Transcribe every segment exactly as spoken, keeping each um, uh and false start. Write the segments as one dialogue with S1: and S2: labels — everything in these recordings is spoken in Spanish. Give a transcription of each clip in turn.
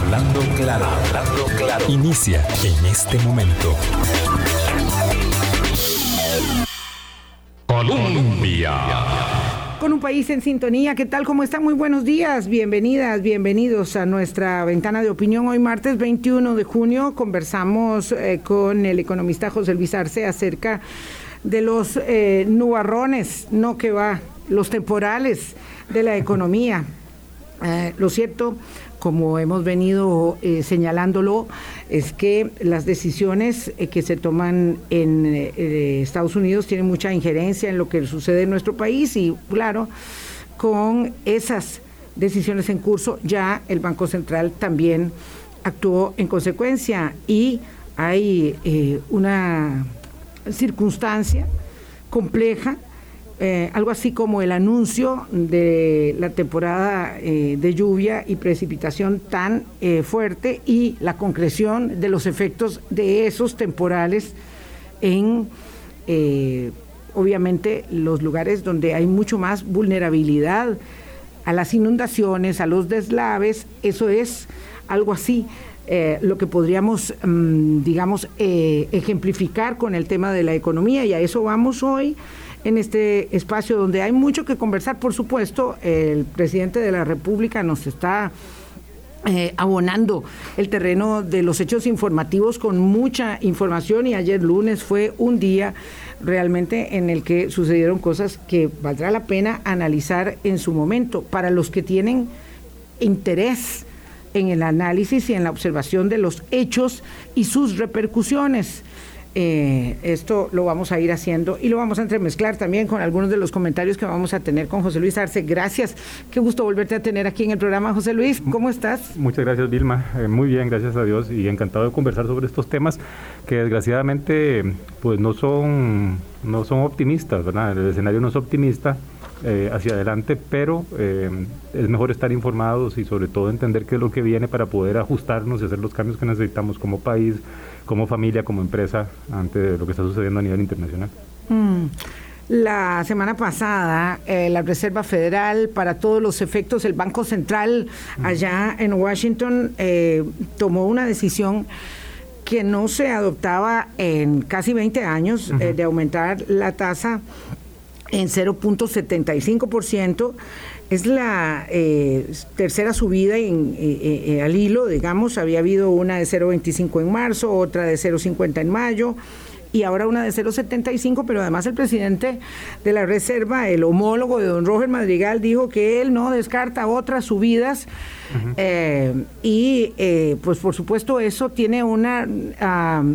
S1: Hablando claro, hablando claro. Inicia en este momento. Colombia.
S2: Con un país en sintonía, ¿qué tal? ¿Cómo están? Muy buenos días, bienvenidas, bienvenidos a nuestra ventana de opinión. Hoy martes veintiuno de junio conversamos eh, con el economista José Luis Arce acerca de los eh, nubarrones, no que va, los temporales de la economía. Eh, lo cierto, como hemos venido eh, señalándolo, es que las decisiones eh, que se toman en eh, Estados Unidos tienen mucha injerencia en lo que sucede en nuestro país y, claro, con esas decisiones en curso ya el Banco Central también actuó en consecuencia y hay eh, una circunstancia compleja. Eh, algo así como el anuncio de la temporada eh, de lluvia y precipitación tan eh, fuerte y la concreción de los efectos de esos temporales en, eh, obviamente, los lugares donde hay mucho más vulnerabilidad a las inundaciones, a los deslaves. Eso es algo así. Eh, lo que podríamos, mmm, digamos, eh, ejemplificar con el tema de la economía, y a eso vamos hoy en este espacio donde hay mucho que conversar. Por supuesto, el presidente de la República nos está eh, abonando el terreno de los hechos informativos con mucha información, y ayer lunes fue un día realmente en el que sucedieron cosas que valdrá la pena analizar en su momento. Para los que tienen interés en el análisis y en la observación de los hechos y sus repercusiones. Eh, esto lo vamos a ir haciendo y lo vamos a entremezclar también con algunos de los comentarios que vamos a tener con José Luis Arce. Gracias, qué gusto volverte a tener aquí en el programa. José Luis, ¿cómo estás?
S3: Muchas gracias, Vilma, eh, muy bien, gracias a Dios, y encantado de conversar sobre estos temas que desgraciadamente pues no son, no son optimistas, ¿verdad? El escenario no es optimista eh, hacia adelante, pero eh, es mejor estar informados y sobre todo entender qué es lo que viene para poder ajustarnos y hacer los cambios que necesitamos como país, como familia, como empresa, ante lo que está sucediendo a nivel internacional.
S2: Mm. La semana pasada, eh, la Reserva Federal, para todos los efectos, el Banco Central allá en Washington, eh, tomó una decisión que no se adoptaba en casi veinte años, uh-huh. eh, de aumentar la tasa en cero punto setenta y cinco por ciento. Es la eh, tercera subida en, eh, eh, al hilo, digamos. Había habido una de cero punto veinticinco en marzo, otra de cero punto cincuenta en mayo y ahora una de cero punto setenta y cinco, pero además el presidente de la Reserva, el homólogo de don Roger Madrigal, dijo que él no descarta otras subidas. Uh-huh. eh, y eh, pues por supuesto eso tiene una uh,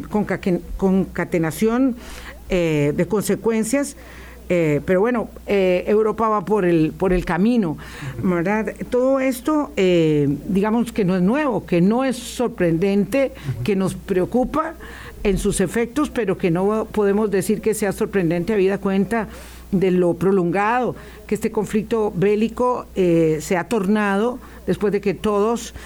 S2: concatenación eh, de consecuencias. Eh, pero bueno, eh, Europa va por el por el camino, ¿verdad? Todo esto, eh, digamos que no es nuevo, que no es sorprendente, que nos preocupa en sus efectos, pero que no podemos decir que sea sorprendente habida cuenta de lo prolongado que este conflicto bélico eh, se ha tornado después de que todos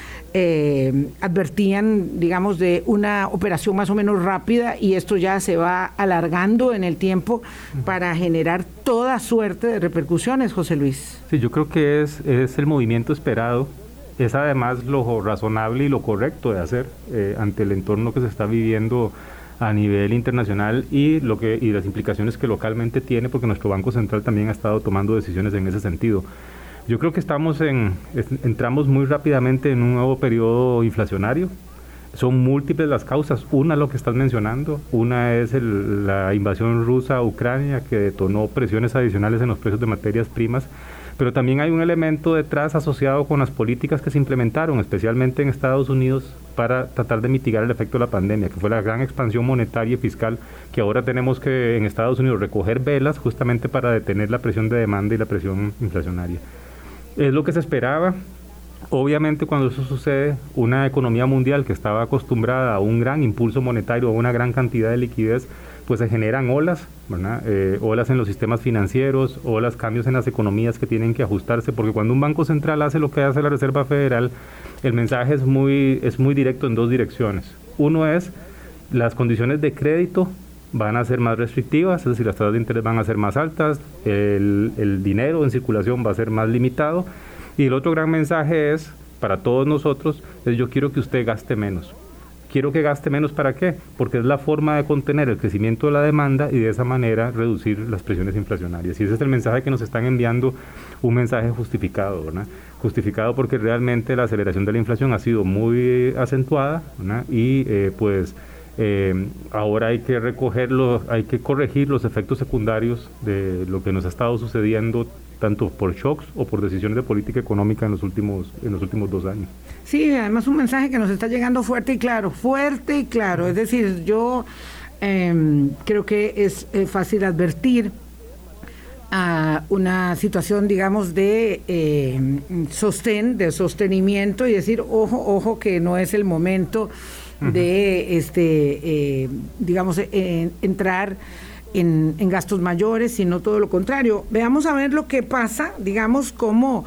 S2: eh, advertían, digamos, de una operación más o menos rápida, y esto ya se va alargando en el tiempo para generar toda suerte de repercusiones, José Luis.
S3: Sí, yo creo que es, es el movimiento esperado, es además lo razonable y lo correcto de hacer eh, ante el entorno que se está viviendo a nivel internacional y lo que y las implicaciones que localmente tiene, porque nuestro Banco Central también ha estado tomando decisiones en ese sentido. Yo creo que estamos en entramos muy rápidamente en un nuevo periodo inflacionario. Son múltiples las causas. Una, lo que estás mencionando, una es el, la invasión rusa a Ucrania, que detonó presiones adicionales en los precios de materias primas, pero también hay un elemento detrás asociado con las políticas que se implementaron, especialmente en Estados Unidos, para tratar de mitigar el efecto de la pandemia, que fue la gran expansión monetaria y fiscal, que ahora tenemos que en Estados Unidos recoger velas justamente para detener la presión de demanda y la presión inflacionaria. Es lo que se esperaba. Obviamente, cuando eso sucede, una economía mundial que estaba acostumbrada a un gran impulso monetario, a una gran cantidad de liquidez, pues se generan olas, ¿verdad? Eh, olas en los sistemas financieros, olas, cambios en las economías que tienen que ajustarse, porque cuando un banco central hace lo que hace la Reserva Federal, el mensaje es muy, es muy directo en dos direcciones. Uno es, las condiciones de crédito van a ser más restrictivas, es decir, las tasas de interés van a ser más altas, el, el dinero en circulación va a ser más limitado, y el otro gran mensaje es para todos nosotros es: yo quiero que usted gaste menos. Quiero que gaste menos, ¿para qué? Porque es la forma de contener el crecimiento de la demanda y de esa manera reducir las presiones inflacionarias. Y ese es el mensaje que nos están enviando, un mensaje justificado, ¿verdad? Justificado porque realmente la aceleración de la inflación ha sido muy acentuada, ¿verdad? Y eh, pues eh, ahora hay que recogerlo, hay que corregir los efectos secundarios de lo que nos ha estado sucediendo, tanto por shocks o por decisiones de política económica en los últimos en los últimos dos años.
S2: Sí, además un mensaje que nos está llegando fuerte y claro, fuerte y claro. Es decir, yo eh, creo que es eh, fácil advertir a una situación, digamos, de eh, sostén, de sostenimiento y decir, ojo, ojo, que no es el momento uh-huh. de, este, eh, digamos, eh, entrar En, en gastos mayores, sino todo lo contrario. Veamos a ver lo que pasa, digamos, como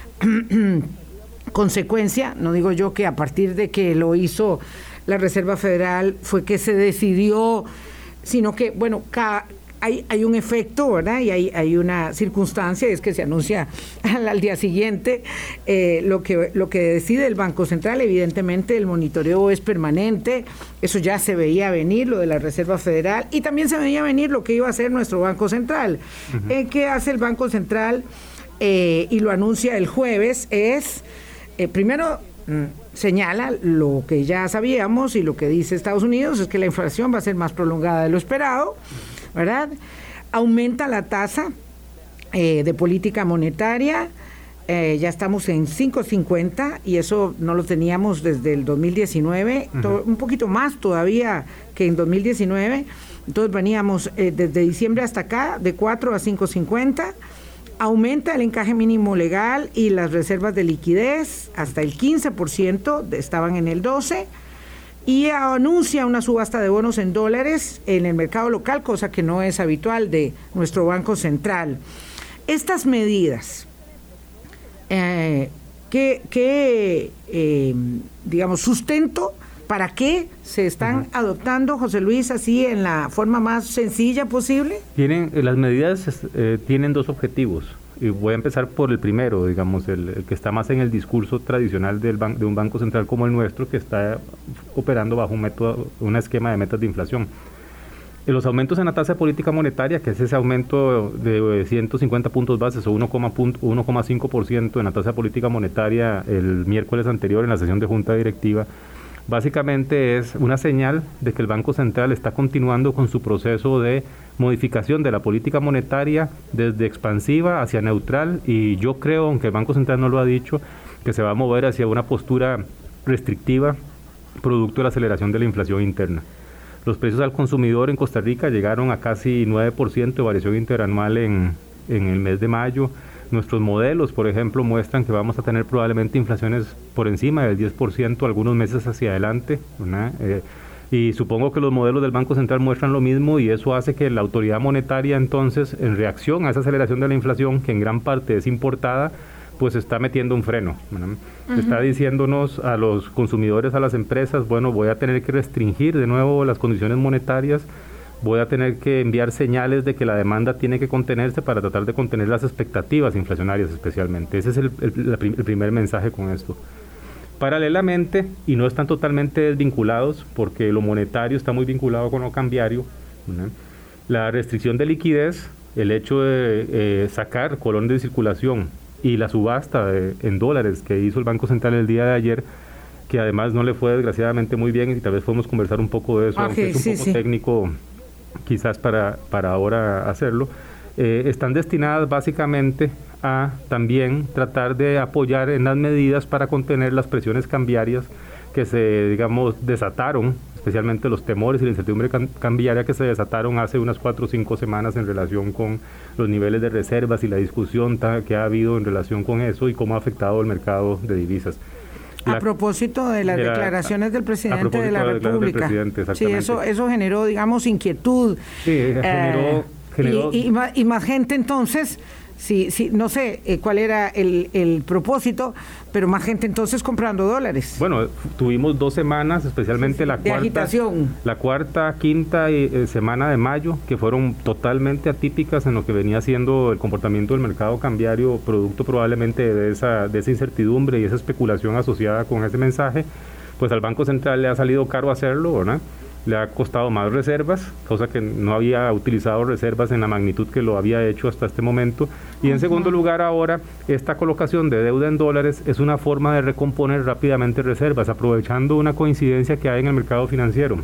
S2: consecuencia, no digo yo que a partir de que lo hizo la Reserva Federal fue que se decidió, sino que, bueno, ca, hay, hay un efecto, ¿verdad? Y hay, hay una circunstancia, es que se anuncia al, al día siguiente eh, lo que lo que decide el Banco Central. Evidentemente el monitoreo es permanente, eso ya se veía venir, lo de la Reserva Federal, y también se veía venir lo que iba a hacer nuestro Banco Central. Uh-huh. eh, ¿Qué hace el Banco Central? Eh, y lo anuncia el jueves, es, eh, primero, mm, señala lo que ya sabíamos y lo que dice Estados Unidos, es que la inflación va a ser más prolongada de lo esperado, ¿verdad? Aumenta la tasa eh, de política monetaria, eh, ya estamos en cinco punto cincuenta y eso no lo teníamos desde el dos mil diecinueve, uh-huh. to- un poquito más todavía que en dos mil diecinueve, entonces veníamos eh, desde diciembre hasta acá de cuatro a cinco punto cincuenta, aumenta el encaje mínimo legal y las reservas de liquidez hasta el quince por ciento, estaban en el doce por ciento, y anuncia una subasta de bonos en dólares en el mercado local, cosa que no es habitual de nuestro Banco Central. Estas medidas, eh, ¿qué, qué eh, digamos, sustento, para qué se están uh-huh. adoptando, José Luis, así en la forma más sencilla posible?
S3: Tienen, las medidas eh, tienen dos objetivos. Y voy a empezar por el primero, digamos, el, el que está más en el discurso tradicional del ban- de un banco central como el nuestro, que está operando bajo un método, un esquema de metas de inflación. Y los aumentos en la tasa de política monetaria, que es ese aumento de ciento cincuenta puntos bases o uno coma cinco por ciento en la tasa de política monetaria el miércoles anterior en la sesión de junta directiva, básicamente es una señal de que el Banco Central está continuando con su proceso de modificación de la política monetaria desde expansiva hacia neutral, y yo creo, aunque el Banco Central no lo ha dicho, que se va a mover hacia una postura restrictiva producto de la aceleración de la inflación interna. Los precios al consumidor en Costa Rica llegaron a casi nueve por ciento de variación interanual en, en el mes de mayo. Nuestros modelos, por ejemplo, muestran que vamos a tener probablemente inflaciones por encima del diez por ciento algunos meses hacia adelante, ¿verdad? Eh, y supongo que los modelos del Banco Central muestran lo mismo, y eso hace que la autoridad monetaria, entonces, en reacción a esa aceleración de la inflación, que en gran parte es importada, pues está metiendo un freno, ¿verdad? Uh-huh. Está diciéndonos a los consumidores, a las empresas, bueno, voy a tener que restringir de nuevo las condiciones monetarias, voy a tener que enviar señales de que la demanda tiene que contenerse para tratar de contener las expectativas inflacionarias especialmente. Ese es el, el, el primer mensaje con esto. Paralelamente, y no están totalmente desvinculados, porque lo monetario está muy vinculado con lo cambiario, ¿no? La restricción de liquidez, el hecho de eh, sacar colones de circulación y la subasta de, en dólares que hizo el Banco Central el día de ayer, que además no le fue desgraciadamente muy bien, y tal vez podemos conversar un poco de eso, okay, aunque es un sí, poco sí. técnico quizás para, para ahora hacerlo, eh, están destinadas básicamente a también tratar de apoyar en las medidas para contener las presiones cambiarias que se, digamos, desataron, especialmente los temores y la incertidumbre cambiaria que se desataron hace unas cuatro o cinco semanas en relación con los niveles de reservas y la discusión que ha habido en relación con eso y cómo ha afectado el mercado de divisas.
S2: A la, propósito de las de la, declaraciones del presidente de la
S3: de
S2: República. Sí, eso, eso generó, digamos, inquietud.
S3: Sí, generó...
S2: Eh,
S3: generó
S2: y, y, y, más, y más gente, entonces, Sí, sí, no sé eh, cuál era el, el propósito, pero más gente entonces comprando dólares.
S3: Bueno, tuvimos dos semanas, especialmente sí, sí, la
S2: de
S3: cuarta,
S2: agitación.
S3: la cuarta, quinta eh, semana de mayo, que fueron totalmente atípicas en lo que venía siendo el comportamiento del mercado cambiario, producto probablemente de esa, de esa incertidumbre y esa especulación asociada con ese mensaje. Pues al Banco Central le ha salido caro hacerlo, ¿verdad? Le ha costado más reservas, cosa que no había utilizado reservas en la magnitud que lo había hecho hasta este momento. Y en segundo lugar, ahora, esta colocación de deuda en dólares es una forma de recomponer rápidamente reservas, aprovechando una coincidencia que hay en el mercado financiero.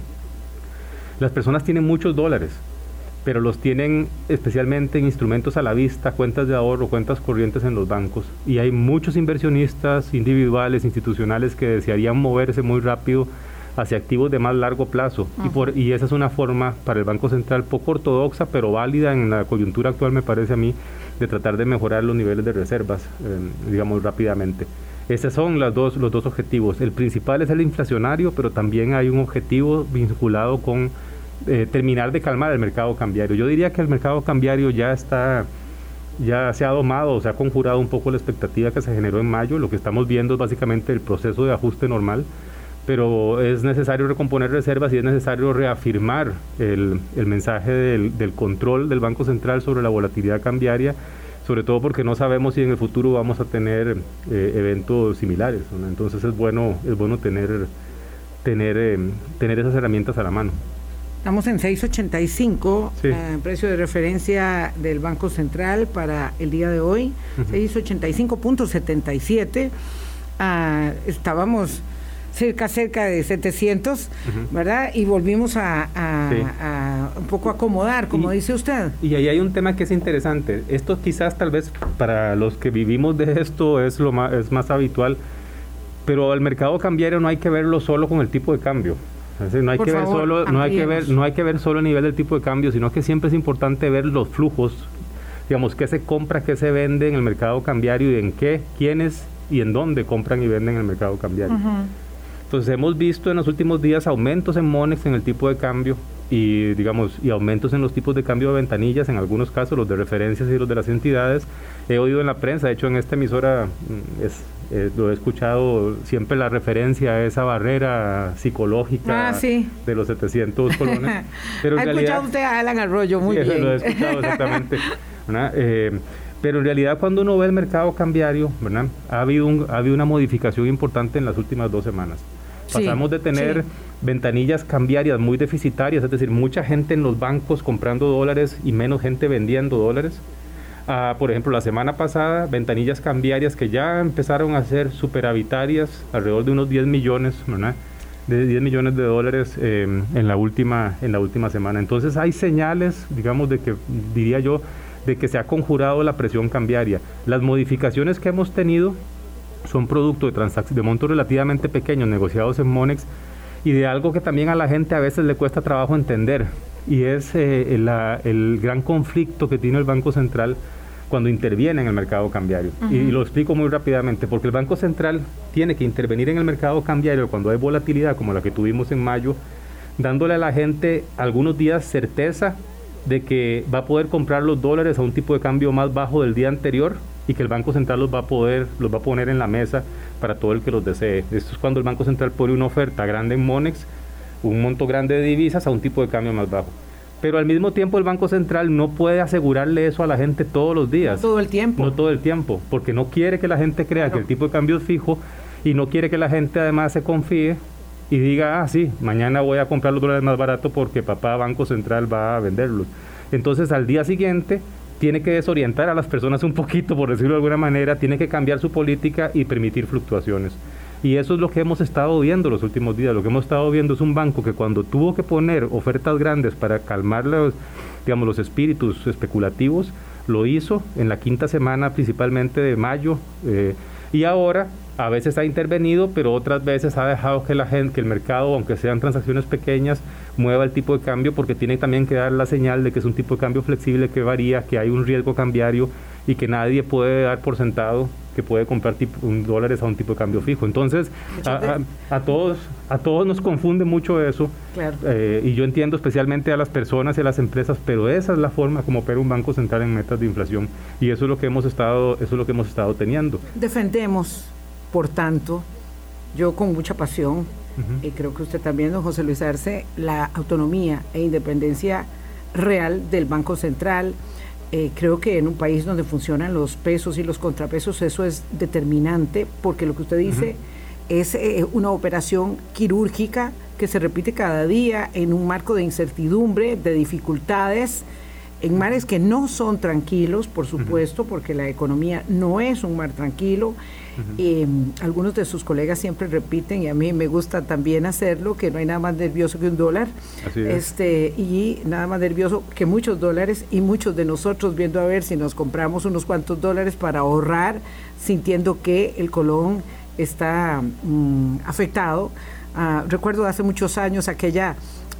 S3: Las personas tienen muchos dólares, pero los tienen especialmente en instrumentos a la vista, cuentas de ahorro, cuentas corrientes en los bancos. Y hay muchos inversionistas individuales, institucionales, que desearían moverse muy rápido hacia activos de más largo plazo, uh-huh. y, por, y esa es una forma para el Banco Central poco ortodoxa, pero válida en la coyuntura actual, me parece a mí, de tratar de mejorar los niveles de reservas, eh, digamos, rápidamente. Esos son las dos, los dos objetivos. El principal es el inflacionario, pero también hay un objetivo vinculado con eh, terminar de calmar el mercado cambiario. Yo diría que el mercado cambiario ya está, ya se ha domado, se ha conjurado un poco la expectativa que se generó en mayo. Lo que estamos viendo es básicamente el proceso de ajuste normal, pero es necesario recomponer reservas y es necesario reafirmar el, el mensaje del, del control del Banco Central sobre la volatilidad cambiaria, sobre todo porque no sabemos si en el futuro vamos a tener eh, eventos similares, ¿no? Entonces es bueno, es bueno tener, tener, eh, tener esas herramientas a la mano.
S2: Estamos en seis ochenta y cinco,
S3: sí.
S2: eh, precio de referencia del Banco Central para el día de hoy, uh-huh. seis ochenta y cinco punto setenta y siete. Uh, estábamos cerca cerca de setecientos, uh-huh. ¿verdad? Y volvimos a, a, sí. a un poco acomodar, como y, dice usted.
S3: Y ahí hay un tema que es interesante. Esto quizás tal vez para los que vivimos de esto es lo más, es más habitual, pero el mercado cambiario no hay que verlo solo con el tipo de cambio. Es decir, no hay
S2: Por
S3: que
S2: favor,
S3: ver solo, no hay que ver, no hay que ver solo el nivel del tipo de cambio, sino que siempre es importante ver los flujos, digamos, qué se compra, qué se vende en el mercado cambiario y en qué, quiénes y en dónde compran y venden en el mercado cambiario. Uh-huh. Entonces hemos visto en los últimos días aumentos en Monex en el tipo de cambio y digamos y aumentos en los tipos de cambio de ventanillas, en algunos casos los de referencias y los de las entidades. He oído en la prensa, de hecho en esta emisora es, eh, lo he escuchado siempre la referencia a esa barrera psicológica
S2: ah, sí.
S3: de los setecientos colones. Pero
S2: ha escuchado usted a Alan Arroyo, muy
S3: sí,
S2: bien.
S3: Lo he escuchado exactamente. Eh, pero en realidad cuando uno ve el mercado cambiario, ¿verdad? Ha habido, un, ha habido una modificación importante en las últimas dos semanas. Pasamos sí, de tener sí. ventanillas cambiarias muy deficitarias, es decir, mucha gente en los bancos comprando dólares y menos gente vendiendo dólares, a, por ejemplo, la semana pasada, ventanillas cambiarias que ya empezaron a ser superavitarias, alrededor de unos diez millones, ¿verdad? De diez millones de dólares eh, en la última, en la última semana. Entonces hay señales, digamos, de que, diría yo, de que se ha conjurado la presión cambiaria. Las modificaciones que hemos tenido son producto de transacciones de montos relativamente pequeños negociados en Monex y de algo que también a la gente a veces le cuesta trabajo entender, y es eh, la, el gran conflicto que tiene el Banco Central cuando interviene en el mercado cambiario. Uh-huh. Y, y lo explico muy rápidamente, porque el Banco Central tiene que intervenir en el mercado cambiario cuando hay volatilidad como la que tuvimos en mayo, dándole a la gente algunos días certeza de que va a poder comprar los dólares a un tipo de cambio más bajo del día anterior y que el Banco Central los va a poder, los va a poner en la mesa para todo el que los desee. Esto es cuando el Banco Central pone una oferta grande en Monex, un monto grande de divisas a un tipo de cambio más bajo. Pero al mismo tiempo el Banco Central no puede asegurarle eso a la gente todos los días.
S2: No todo el tiempo.
S3: No todo el tiempo, porque no quiere que la gente crea claro. que el tipo de cambio es fijo y no quiere que la gente además se confíe y diga, ah, sí, mañana voy a comprar los dólares más barato porque papá Banco Central va a venderlos. Entonces al día siguiente tiene que desorientar a las personas un poquito, por decirlo de alguna manera, tiene que cambiar su política y permitir fluctuaciones. Y eso es lo que hemos estado viendo los últimos días. Lo que hemos estado viendo es un banco que cuando tuvo que poner ofertas grandes para calmar los, digamos, los espíritus especulativos, lo hizo en la quinta semana principalmente de mayo, eh, y ahora a veces ha intervenido, pero otras veces ha dejado que la gente, que el mercado, aunque sean transacciones pequeñas, mueva el tipo de cambio, porque tiene también que dar la señal de que es un tipo de cambio flexible que varía, que hay un riesgo cambiario y que nadie puede dar por sentado que puede comprar tipo, un dólares a un tipo de cambio fijo. Entonces, a, a, a todos a todos nos confunde mucho eso,
S2: claro.
S3: eh, y yo entiendo especialmente a las personas y a las empresas, pero esa es la forma como opera un banco central en metas de inflación, y eso es lo que hemos estado, eso es lo que hemos estado teniendo.
S2: Defendemos, por tanto, yo con mucha pasión, uh-huh. y creo que usted también, don José Luis Arce, la autonomía e independencia real del Banco Central. Eh, creo que en un país donde funcionan los pesos y los contrapesos, eso es determinante, porque lo que usted dice uh-huh. es eh, una operación quirúrgica que se repite cada día en un marco de incertidumbre, de dificultades, en mares que no son tranquilos, por supuesto, uh-huh. porque la economía no es un mar tranquilo. Uh-huh. Eh, algunos de sus colegas siempre repiten, y a mí me gusta también hacerlo, que no hay nada más nervioso que un dólar.
S3: Así es.
S2: Este, y nada más nervioso que muchos dólares, y muchos de nosotros viendo a ver si nos compramos unos cuantos dólares para ahorrar, sintiendo que el colón está mm, afectado. Uh, recuerdo hace muchos años aquella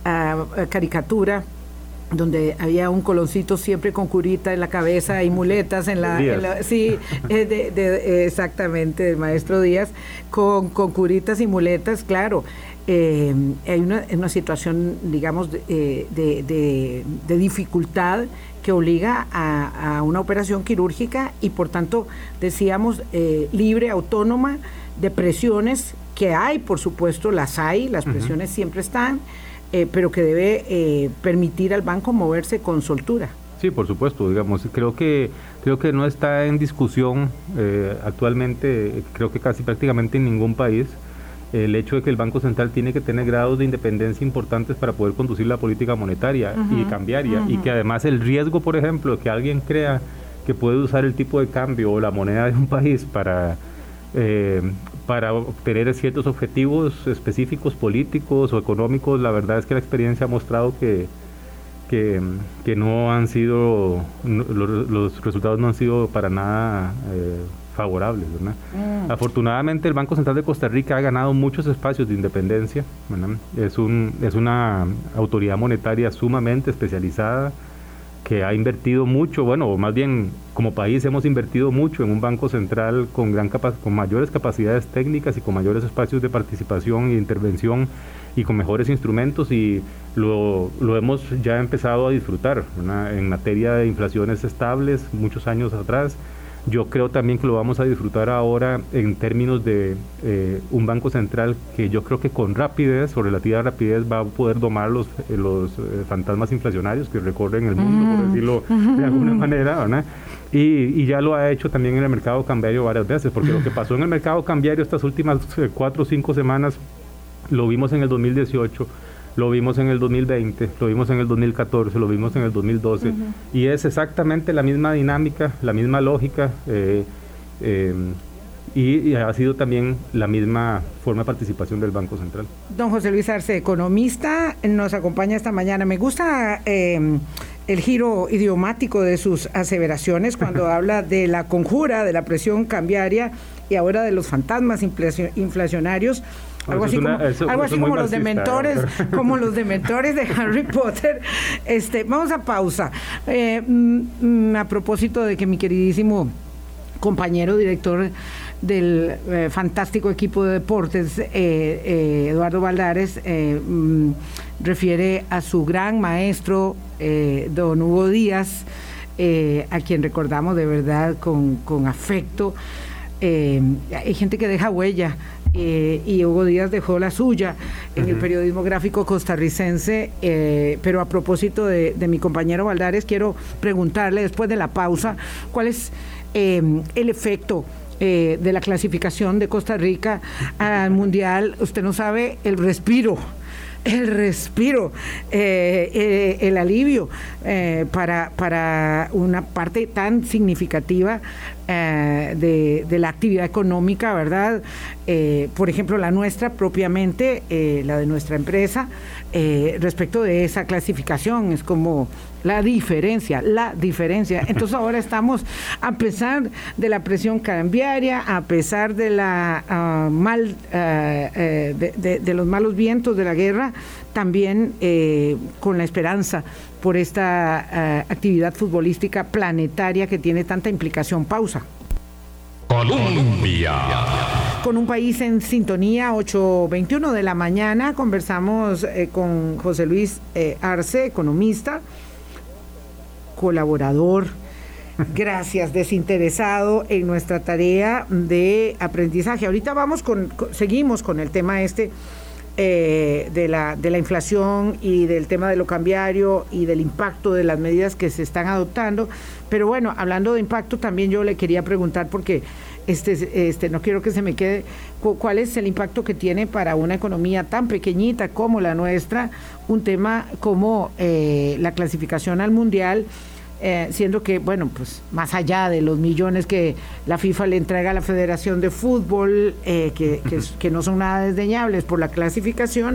S2: uh, caricatura donde había un coloncito siempre con curita en la cabeza y muletas en la... En la sí, de, de, de, exactamente, del maestro Díaz, con, con curitas y muletas, claro. Eh, hay una, una situación, digamos, de, de, de, de dificultad que obliga a, a una operación quirúrgica y, por tanto, decíamos, eh, libre, autónoma, de presiones que hay, por supuesto, las hay, las presiones uh-huh. siempre están, Eh, pero que debe eh, permitir al banco moverse con soltura.
S3: Sí, por supuesto, digamos, creo que creo que no está en discusión eh, actualmente, creo que casi prácticamente en ningún país, el hecho de que el Banco Central tiene que tener grados de independencia importantes para poder conducir la política monetaria uh-huh. y cambiaria, uh-huh. y que además el riesgo, por ejemplo, de que alguien crea que puede usar el tipo de cambio o la moneda de un país para... Eh, para obtener ciertos objetivos específicos políticos o económicos, la verdad es que la experiencia ha mostrado que que, que no han sido, no, los, los resultados no han sido para nada eh, favorables, ¿verdad? Mm. Afortunadamente el Banco Central de Costa Rica ha ganado muchos espacios de independencia, ¿verdad? Es un es una autoridad monetaria sumamente especializada, que ha invertido mucho, bueno, o más bien como país hemos invertido mucho en un banco central con gran capa- con mayores capacidades técnicas y con mayores espacios de participación e intervención y con mejores instrumentos, y lo, lo hemos ya empezado a disfrutar, ¿verdad? En materia de inflaciones estables muchos años atrás. Yo creo también que lo vamos a disfrutar ahora en términos de eh, un banco central que yo creo que con rapidez o relativa rapidez va a poder domar los, eh, los eh, fantasmas inflacionarios que recorren el mundo, mm. por decirlo mm. de alguna manera, ¿verdad? Y, y ya lo ha hecho también en el mercado cambiario varias veces, porque lo que pasó en el mercado cambiario estas últimas eh, cuatro o cinco semanas lo vimos en el dos mil dieciocho, lo vimos en el dos mil veinte, lo vimos en el dos mil catorce, lo vimos en el dos mil doce, uh-huh. y es exactamente la misma dinámica, la misma lógica, eh, eh, y, y ha sido también la misma forma de participación del Banco Central.
S2: Don José Luis Arce, economista, nos acompaña esta mañana. Me gusta eh, el giro idiomático de sus aseveraciones cuando habla de la conjura, de la presión cambiaria y ahora de los fantasmas inflacionarios. Algo así una, como, eso, algo así como los dementores, como los dementores de Harry Potter. Este, vamos a pausa. Eh, mm, a propósito de que mi queridísimo compañero director del eh, fantástico equipo de deportes, eh, eh, Eduardo Valdares, eh, mm, refiere a su gran maestro, eh, don Hugo Díaz, eh, a quien recordamos de verdad con, con afecto. Eh, hay gente que deja huella. Eh, y Hugo Díaz dejó la suya en uh-huh. el periodismo gráfico costarricense, eh, pero a propósito de, de mi compañero Valdares, quiero preguntarle después de la pausa, ¿cuál es eh, el efecto eh, de la clasificación de Costa Rica al Mundial? Usted no sabe el respiro, el respiro, eh, eh, el alivio eh, para, para una parte tan significativa eh, de, de la actividad económica, ¿verdad? Eh, por ejemplo, la nuestra propiamente, eh, la de nuestra empresa, eh, respecto de esa clasificación, es como la diferencia, la diferencia. Entonces ahora estamos, a pesar de la presión cambiaria, a pesar de la uh, mal, uh, uh, de, de, de los malos vientos de la guerra, también eh, con la esperanza por esta uh, actividad futbolística planetaria que tiene tanta implicación. Pausa.
S1: Colombia.
S2: con un país en sintonía, ocho veintiuno de la mañana. Conversamos eh, con José Luis eh, Arce, economista, colaborador, gracias, desinteresado en nuestra tarea de aprendizaje. Ahorita vamos con, con seguimos con el tema este eh, de la de la inflación y del tema de lo cambiario y del impacto de las medidas que se están adoptando. Pero bueno, hablando de impacto, también yo le quería preguntar, porque este, este, no quiero que se me quede, cuál es el impacto que tiene para una economía tan pequeñita como la nuestra, un tema como eh, la clasificación al Mundial, eh, siendo que, bueno, pues más allá de los millones que la FIFA le entrega a la Federación de Fútbol, eh, que, que, que no son nada desdeñables por la clasificación,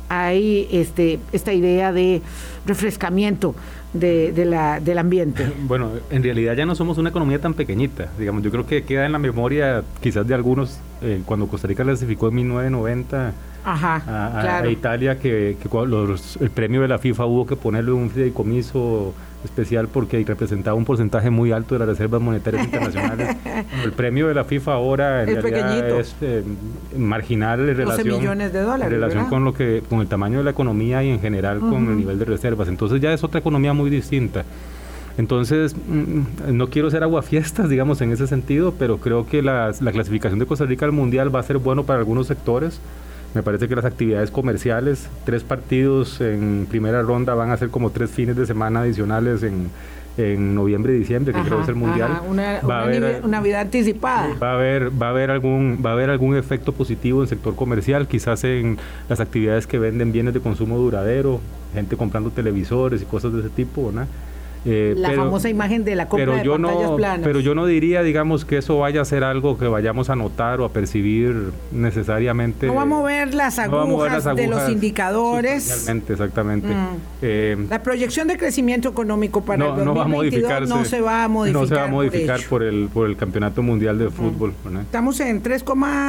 S2: hay este, esta idea de refrescamiento de, de la, del ambiente.
S3: Bueno, en realidad ya no somos una economía tan pequeñita, digamos. Yo creo que queda en la memoria quizás de algunos, eh, cuando Costa Rica clasificó en mil novecientos noventa
S2: Ajá,
S3: a,
S2: claro.
S3: a Italia, que, que los, el premio de la FIFA hubo que ponerle un fideicomiso especial porque representaba un porcentaje muy alto de las reservas monetarias internacionales. El premio de la FIFA ahora en
S2: es
S3: realidad
S2: pequeñito.
S3: es eh, marginal en relación,
S2: doce millones de dólares,
S3: en relación con lo que con el tamaño de la economía y en general uh-huh. con el nivel de reservas. Entonces ya es otra economía muy distinta. Entonces, mmm, no quiero ser aguafiestas, digamos, en ese sentido, pero creo que la, la clasificación de Costa Rica al Mundial va a ser bueno para algunos sectores. Me parece que las actividades comerciales, tres partidos en primera ronda van a ser como tres fines de semana adicionales en, en noviembre y diciembre, que ajá, creo que es el Mundial.
S2: Ajá, una,
S3: va
S2: una
S3: a haber,
S2: Navidad anticipada.
S3: Va a haber, va a haber algún, va a haber algún efecto positivo en el sector comercial, quizás en las actividades que venden bienes de consumo duradero, gente comprando televisores y cosas de ese tipo, ¿no?
S2: Eh, la pero, famosa imagen de la compra de pantallas
S3: no,
S2: planas.
S3: Pero yo no diría, digamos, que eso vaya a ser algo que vayamos a notar o a percibir necesariamente.
S2: No va a mover las agujas, no va a mover las agujas de los indicadores.
S3: Exactamente, exactamente. Mm.
S2: Eh, la proyección de crecimiento económico para no, el dos mil veintidós no, no se va a modificar.
S3: No se va a modificar por, por el por el campeonato mundial de fútbol.
S2: Mm. ¿no? Estamos en tres,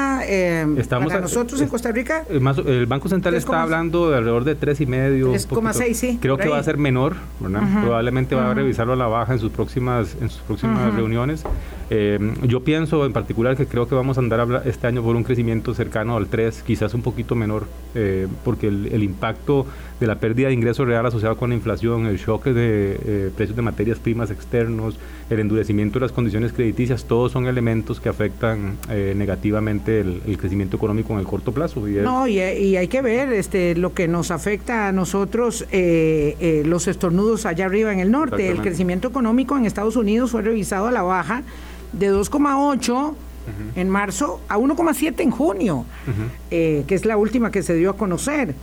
S2: eh, Estamos para a, nosotros en Costa Rica.
S3: El, el Banco Central tres, está hablando de alrededor de tres y medio.
S2: tres coma seis, sí.
S3: Creo que va a ser menor, ¿verdad? Uh-huh. Probablemente va a revisarlo a la baja en sus próximas en sus próximas uh-huh. reuniones. Eh, yo pienso en particular que creo que vamos a andar este año por un crecimiento cercano al tres, quizás un poquito menor, eh, porque el, el impacto de la pérdida de ingreso real asociado con la inflación, el shock de eh, precios de materias primas externos, el endurecimiento de las condiciones crediticias, todos son elementos que afectan eh, negativamente el, el crecimiento económico en el corto plazo.
S2: Y es, no, y, y hay que ver este lo que nos afecta a nosotros, eh, eh, los estornudos allá arriba en el norte. El crecimiento económico en Estados Unidos fue revisado a la baja de dos coma ocho uh-huh. en marzo a uno coma siete en junio, uh-huh. eh, que es la última que se dio a conocer.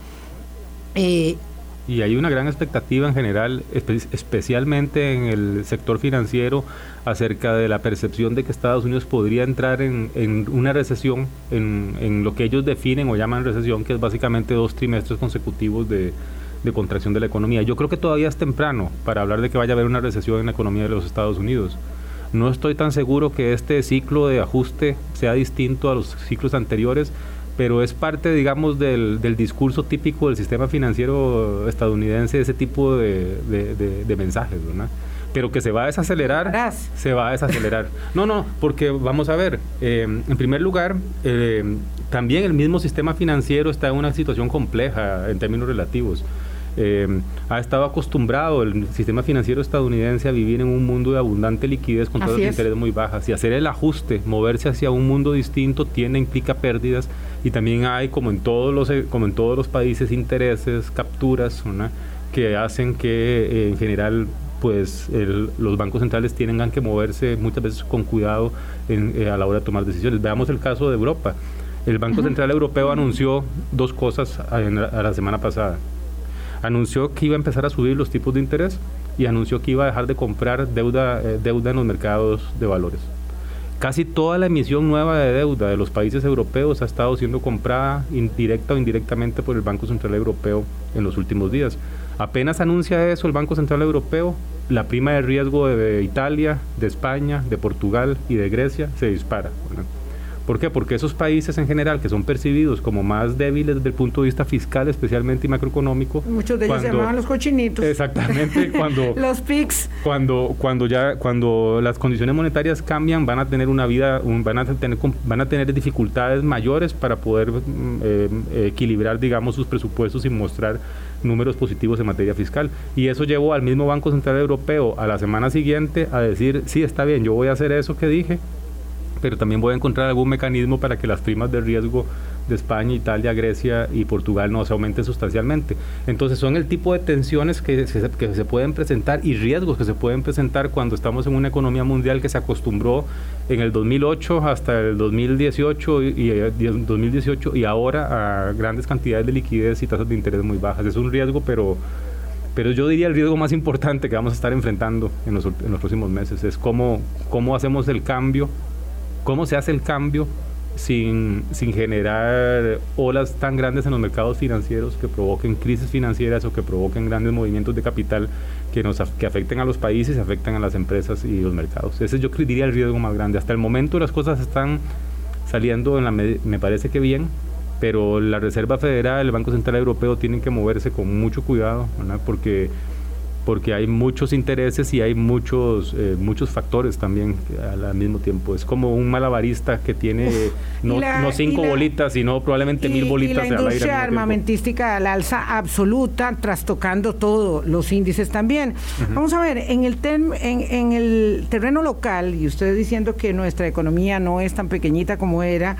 S3: Eh, y hay una gran expectativa en general, espe- especialmente en el sector financiero, acerca de la percepción de que Estados Unidos podría entrar en, en una recesión, en, en lo que ellos definen o llaman recesión, que es básicamente dos trimestres consecutivos de, de contracción de la economía. Yo creo que todavía es temprano para hablar de que vaya a haber una recesión en la economía de los Estados Unidos. No estoy tan seguro que este ciclo de ajuste sea distinto a los ciclos anteriores, pero es parte, digamos, del, del discurso típico del sistema financiero estadounidense, ese tipo de, de, de, de mensajes, ¿verdad? Pero que se va a desacelerar, se va a desacelerar. No, no, porque vamos a ver, eh, en primer lugar, eh, también el mismo sistema financiero está en una situación compleja en términos relativos. Eh, ha estado acostumbrado el sistema financiero estadounidense a vivir en un mundo de abundante liquidez con tasas de interés muy bajas, y hacer el ajuste, moverse hacia un mundo distinto, tiene, implica pérdidas, y también hay, como en todos los, como en todos los países, intereses, capturas, ¿no?, que hacen que eh, en general pues el, los bancos centrales tengan que moverse muchas veces con cuidado en, eh, a la hora de tomar decisiones. Veamos el caso de Europa. El Banco uh-huh. Central Europeo anunció dos cosas a, a la semana pasada. Anunció que iba a empezar a subir los tipos de interés y anunció que iba a dejar de comprar deuda, eh, deuda en los mercados de valores. Casi toda la emisión nueva de deuda de los países europeos ha estado siendo comprada indirecta o indirectamente por el Banco Central Europeo en los últimos días. Apenas anuncia eso el Banco Central Europeo, la prima de riesgo de Italia, de España, de Portugal y de Grecia se dispara, ¿verdad? ¿Por qué? Porque esos países en general que son percibidos como más débiles desde el punto de vista fiscal, especialmente y macroeconómico.
S2: Muchos de ellos
S3: cuando,
S2: se llamaban los cochinitos.
S3: Exactamente, cuando
S2: los P I Cs.
S3: Cuando cuando ya cuando las condiciones monetarias cambian, van a tener una vida, un, van a tener van a tener dificultades mayores para poder eh, equilibrar, digamos, sus presupuestos y mostrar números positivos en materia fiscal. Y eso llevó al mismo Banco Central Europeo a la semana siguiente a decir, sí, está bien, yo voy a hacer eso que dije, pero también voy a encontrar algún mecanismo para que las primas de riesgo de España, Italia, Grecia y Portugal no se aumenten sustancialmente. Entonces son el tipo de tensiones que se, que se pueden presentar y riesgos que se pueden presentar cuando estamos en una economía mundial que se acostumbró en el dos mil ocho hasta el dos mil dieciocho y, y dos mil dieciocho y ahora a grandes cantidades de liquidez y tasas de interés muy bajas. Es un riesgo, pero pero yo diría el riesgo más importante que vamos a estar enfrentando en los, en los próximos meses es cómo, cómo hacemos el cambio. ¿Cómo se hace el cambio sin, sin generar olas tan grandes en los mercados financieros que provoquen crisis financieras o que provoquen grandes movimientos de capital que, nos, que afecten a los países, afecten a las empresas y los mercados? Ese yo diría el riesgo más grande. Hasta el momento las cosas están saliendo, en la me parece que bien, pero la Reserva Federal, el Banco Central Europeo tienen que moverse con mucho cuidado, ¿verdad? Porque... porque hay muchos intereses y hay muchos eh, muchos factores también al mismo tiempo. Es como un malabarista que tiene Uf, no, la, no cinco la, bolitas, sino probablemente y, mil bolitas
S2: y la industria armamentística al alza absoluta, trastocando todos los índices también. Uh-huh. Vamos a ver, en el, ten, en, en el terreno local, y ustedes diciendo que nuestra economía no es tan pequeñita como era,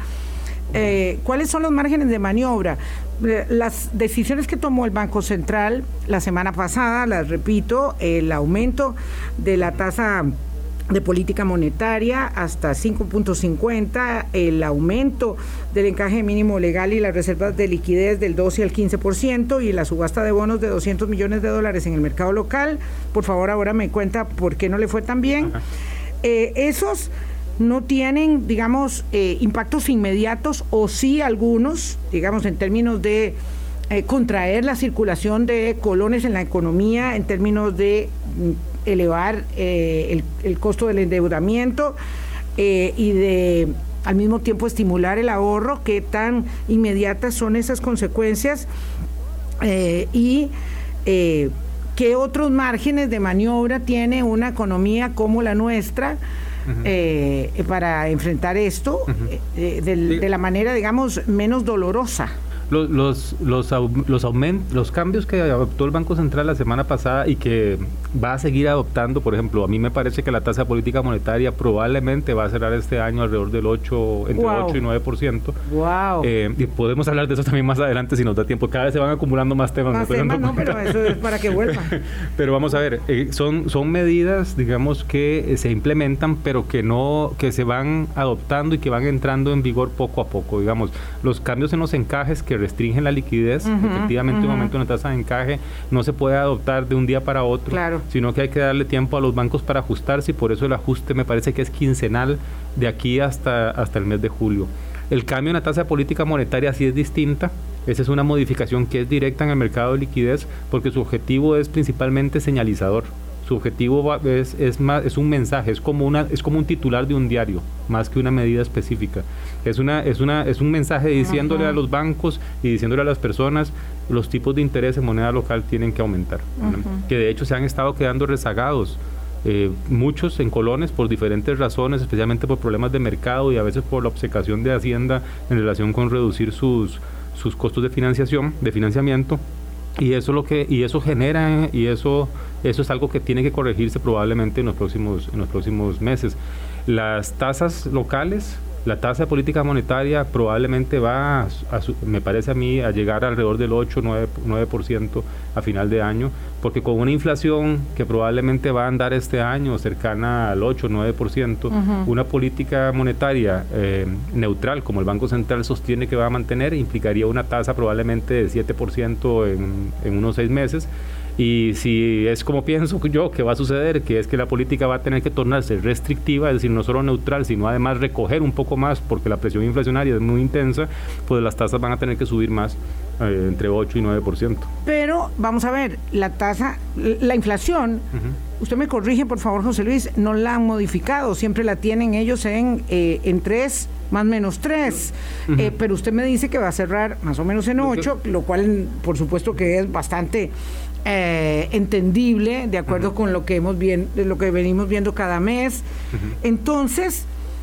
S2: Eh, ¿cuáles son los márgenes de maniobra? Eh, las decisiones que tomó el Banco Central la semana pasada, las repito, el aumento de la tasa de política monetaria hasta cinco punto cincuenta, el aumento del encaje mínimo legal y las reservas de liquidez del doce al quince por ciento y la subasta de bonos de doscientos millones de dólares en el mercado local. Por favor, ahora me cuenta por qué no le fue tan bien. Eh, esos no tienen, digamos, eh, impactos inmediatos, o sí algunos, digamos, en términos de eh, contraer la circulación de colones en la economía, en términos de mm, elevar eh, el, el costo del endeudamiento eh, y de, al mismo tiempo, estimular el ahorro. ¿Qué tan inmediatas son esas consecuencias? Eh, y eh, ¿qué otros márgenes de maniobra tiene una economía como la nuestra Uh-huh. eh, para enfrentar esto uh-huh. eh, de, de la manera, digamos, menos dolorosa?
S3: Los, los, los, los, aument, los cambios que adoptó el Banco Central la semana pasada y que va a seguir adoptando, por ejemplo, a mí me parece que la tasa de política monetaria probablemente va a cerrar este año alrededor del ocho, entre wow. ocho y nueve por ciento.
S2: Wow.
S3: Eh, y podemos hablar de eso también más adelante si nos da tiempo. Cada vez se van acumulando más temas.
S2: Más temas, no, pero eso es para que vuelvan.
S3: Pero vamos a ver, eh, son, son medidas, digamos, que eh, se implementan, pero que no, que se van adoptando y que van entrando en vigor poco a poco. Digamos, los cambios en los encajes que restringen la liquidez, uh-huh, efectivamente uh-huh. un aumento en la tasa de encaje no se puede adoptar de un día para otro,
S2: claro.
S3: sino que hay que darle tiempo a los bancos para ajustarse, y por eso el ajuste me parece que es quincenal de aquí hasta, hasta el mes de julio. El cambio en la tasa de política monetaria sí es distinta. Esa es una modificación que es directa en el mercado de liquidez, porque su objetivo es principalmente señalizador. Su objetivo es, es, más, es un mensaje, es como, una, es como un titular de un diario, más que una medida específica. Es, una, es, una, es un mensaje diciéndole uh-huh. a los bancos y diciéndole a las personas los tipos de interés en moneda local tienen que aumentar, uh-huh. que de hecho se han estado quedando rezagados. Eh, muchos en colones por diferentes razones, especialmente por problemas de mercado y a veces por la obcecación de Hacienda en relación con reducir sus, sus costos de financiación, de financiamiento. Y eso lo que y eso genera y eso eso es algo que tiene que corregirse probablemente en los próximos en los próximos meses. Las tasas locales, la tasa de política monetaria probablemente va a, a, me parece a mí, a llegar alrededor del ocho o nueve por ciento a final de año, porque con una inflación que probablemente va a andar este año cercana al ocho o nueve por ciento, uh-huh. una política monetaria eh, neutral, como el Banco Central sostiene que va a mantener, implicaría una tasa probablemente de siete por ciento en, en unos seis meses. Y si es como pienso yo que va a suceder, que es que la política va a tener que tornarse restrictiva, es decir, no solo neutral, sino además recoger un poco más, porque la presión inflacionaria es muy intensa, pues las tasas van a tener que subir más, eh, entre ocho y nueve por ciento.
S2: Pero, vamos a ver, la tasa, la inflación, uh-huh. usted me corrige, por favor, José Luis, no la han modificado, siempre la tienen ellos en, eh, en tres más menos tres, uh-huh. eh, pero usted me dice que va a cerrar más o menos en ocho, lo cual por supuesto que es bastante eh, entendible, de acuerdo uh-huh. con lo que hemos bien, lo que venimos viendo cada mes. Uh-huh. Entonces,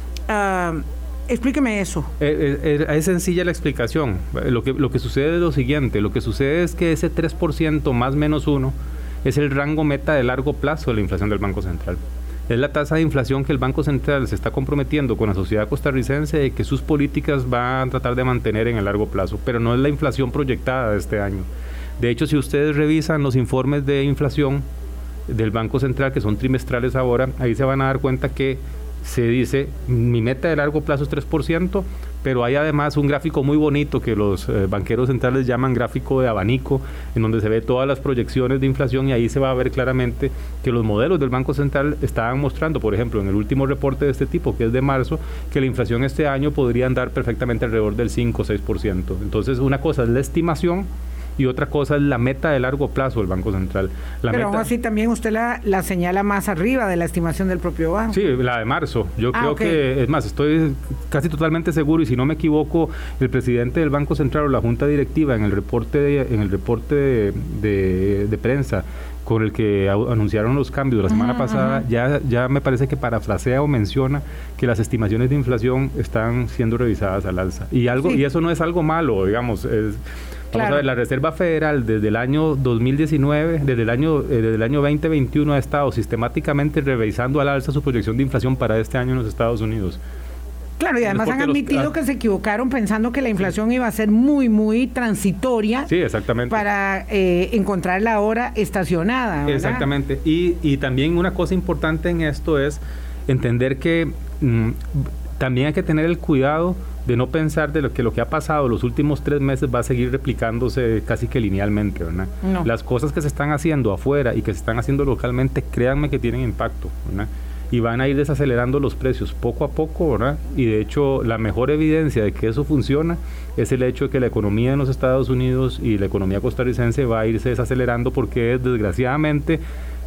S2: uh, explíqueme eso.
S3: Es, es, es sencilla la explicación. Lo que, lo que sucede es lo siguiente, lo que sucede es que ese tres por ciento más menos uno es el rango meta de largo plazo de la inflación del Banco Central. Es la tasa de inflación que el Banco Central se está comprometiendo con la sociedad costarricense de que sus políticas van a tratar de mantener en el largo plazo, pero no es la inflación proyectada de este año. De hecho, si ustedes revisan los informes de inflación del Banco Central, que son trimestrales ahora, ahí se van a dar cuenta que se dice, mi meta de largo plazo es tres por ciento, pero hay además un gráfico muy bonito que los eh, banqueros centrales llaman gráfico de abanico, en donde se ve todas las proyecciones de inflación y ahí se va a ver claramente que los modelos del Banco Central estaban mostrando, por ejemplo, en el último reporte de este tipo, que es de marzo, que la inflación este año podría andar perfectamente alrededor del cinco o seis por ciento. Entonces, una cosa es la estimación y otra cosa es la meta de largo plazo del Banco Central. La
S2: Pero
S3: meta,
S2: aún así también usted la, la señala más arriba de la estimación del propio banco.
S3: Sí, la de marzo. Yo ah, creo okay. que, es más, estoy casi totalmente seguro, y si no me equivoco, el presidente del Banco Central o la Junta Directiva en el reporte de, en el reporte de, de, de prensa con el que anunciaron los cambios la semana uh-huh, pasada, uh-huh. ya, ya me parece que parafrasea o menciona que las estimaciones de inflación están siendo revisadas al alza. Y algo sí. y eso no es algo malo, digamos, es... Vamos claro. a ver, la Reserva Federal desde el año dos mil diecinueve, desde el año eh, desde el año veinte veintiuno ha estado sistemáticamente revisando al alza su proyección de inflación para este año en los Estados Unidos.
S2: Claro, y además han admitido los, ah, que se equivocaron pensando que la inflación iba a ser muy, muy transitoria.
S3: Sí, exactamente.
S2: Para eh, encontrar la hora estacionada, ¿verdad?
S3: Exactamente. Y, y también una cosa importante en esto es entender que mmm, también hay que tener el cuidado de no pensar de lo que lo que ha pasado los últimos tres meses va a seguir replicándose casi que linealmente, ¿verdad? No. Las cosas que se están haciendo afuera y que se están haciendo localmente, créanme que tienen impacto, ¿verdad? Y van a ir desacelerando los precios poco a poco, ¿verdad? Y de hecho, la mejor evidencia de que eso funciona es el hecho de que la economía en los Estados Unidos y la economía costarricense va a irse desacelerando porque es, desgraciadamente,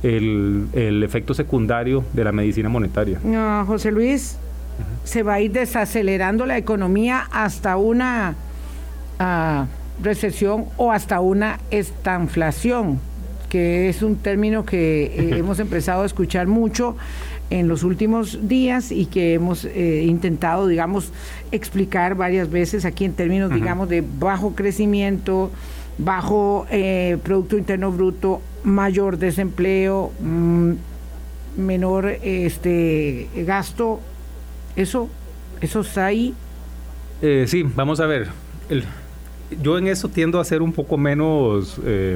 S3: el, el efecto secundario de la medicina monetaria.
S2: No, José Luis, se va a ir desacelerando la economía hasta una uh, recesión o hasta una estanflación, que es un término que eh, hemos empezado a escuchar mucho en los últimos días y que hemos eh, intentado, digamos, explicar varias veces aquí en términos, uh-huh. digamos, de bajo crecimiento, bajo eh, Producto Interno Bruto, mayor desempleo, mmm, menor este gasto. Eso, eso está ahí.
S3: Eh, sí, vamos a ver. El, yo en eso tiendo a ser un poco menos, eh,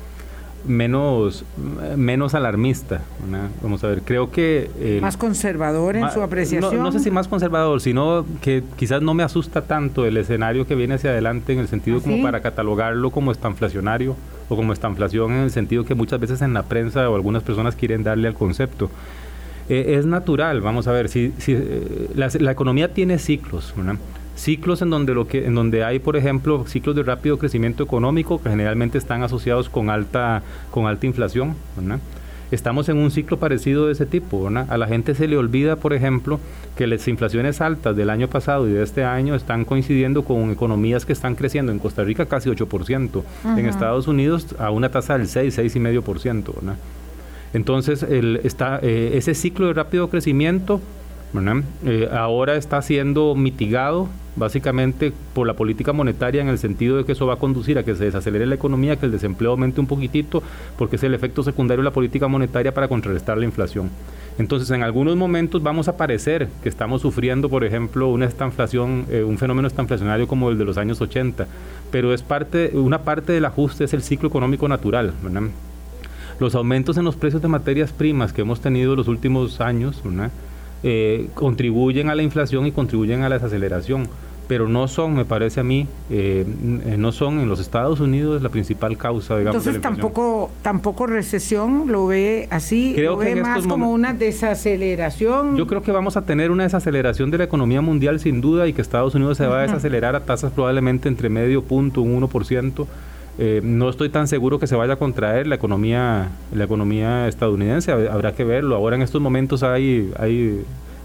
S3: menos, menos alarmista, ¿no? Vamos a ver. Creo que eh,
S2: más conservador en ma, su apreciación.
S3: No, no sé si más conservador, sino que quizás no me asusta tanto el escenario que viene hacia adelante en el sentido ¿Ah, como sí? para catalogarlo como estanflacionario o como estanflación en el sentido que muchas veces en la prensa o algunas personas quieren darle al concepto. Eh, es natural, vamos a ver, si, si eh, la, la economía tiene ciclos, ¿verdad? Ciclos en donde lo que en donde hay, por ejemplo, ciclos de rápido crecimiento económico que generalmente están asociados con alta con alta inflación, ¿verdad? Estamos en un ciclo parecido de ese tipo, ¿verdad? A la gente se le olvida, por ejemplo, que las inflaciones altas del año pasado y de este año están coincidiendo con economías que están creciendo en Costa Rica casi ocho por ciento, uh-huh. en Estados Unidos a una tasa del seis, seis y medio por ciento, ¿verdad? Entonces, el, está, eh, ese ciclo de rápido crecimiento, ¿verdad? Eh, ahora está siendo mitigado básicamente por la política monetaria en el sentido de que eso va a conducir a que se desacelere la economía, que el desempleo aumente un poquitito, porque es el efecto secundario de la política monetaria para contrarrestar la inflación. Entonces, en algunos momentos vamos a parecer que estamos sufriendo, por ejemplo, una estanflación, eh, un fenómeno estanflacionario como el de los años ochenta, pero es parte, una parte del ajuste es el ciclo económico natural, ¿verdad? Los aumentos en los precios de materias primas que hemos tenido los últimos años, ¿verdad? Eh, contribuyen a la inflación y contribuyen a la desaceleración, pero no son, me parece a mí, eh, no son en los Estados Unidos la principal causa, digamos.
S2: Entonces,
S3: de la inflación.
S2: tampoco tampoco recesión, lo ve así,
S3: creo
S2: lo ve
S3: que
S2: más como una desaceleración.
S3: Yo creo que vamos a tener una desaceleración de la economía mundial sin duda y que Estados Unidos se uh-huh. va a desacelerar a tasas probablemente entre medio punto, un uno por ciento. Eh, no estoy tan seguro que se vaya a contraer la economía la economía estadounidense, habrá que verlo. Ahora en estos momentos hay hay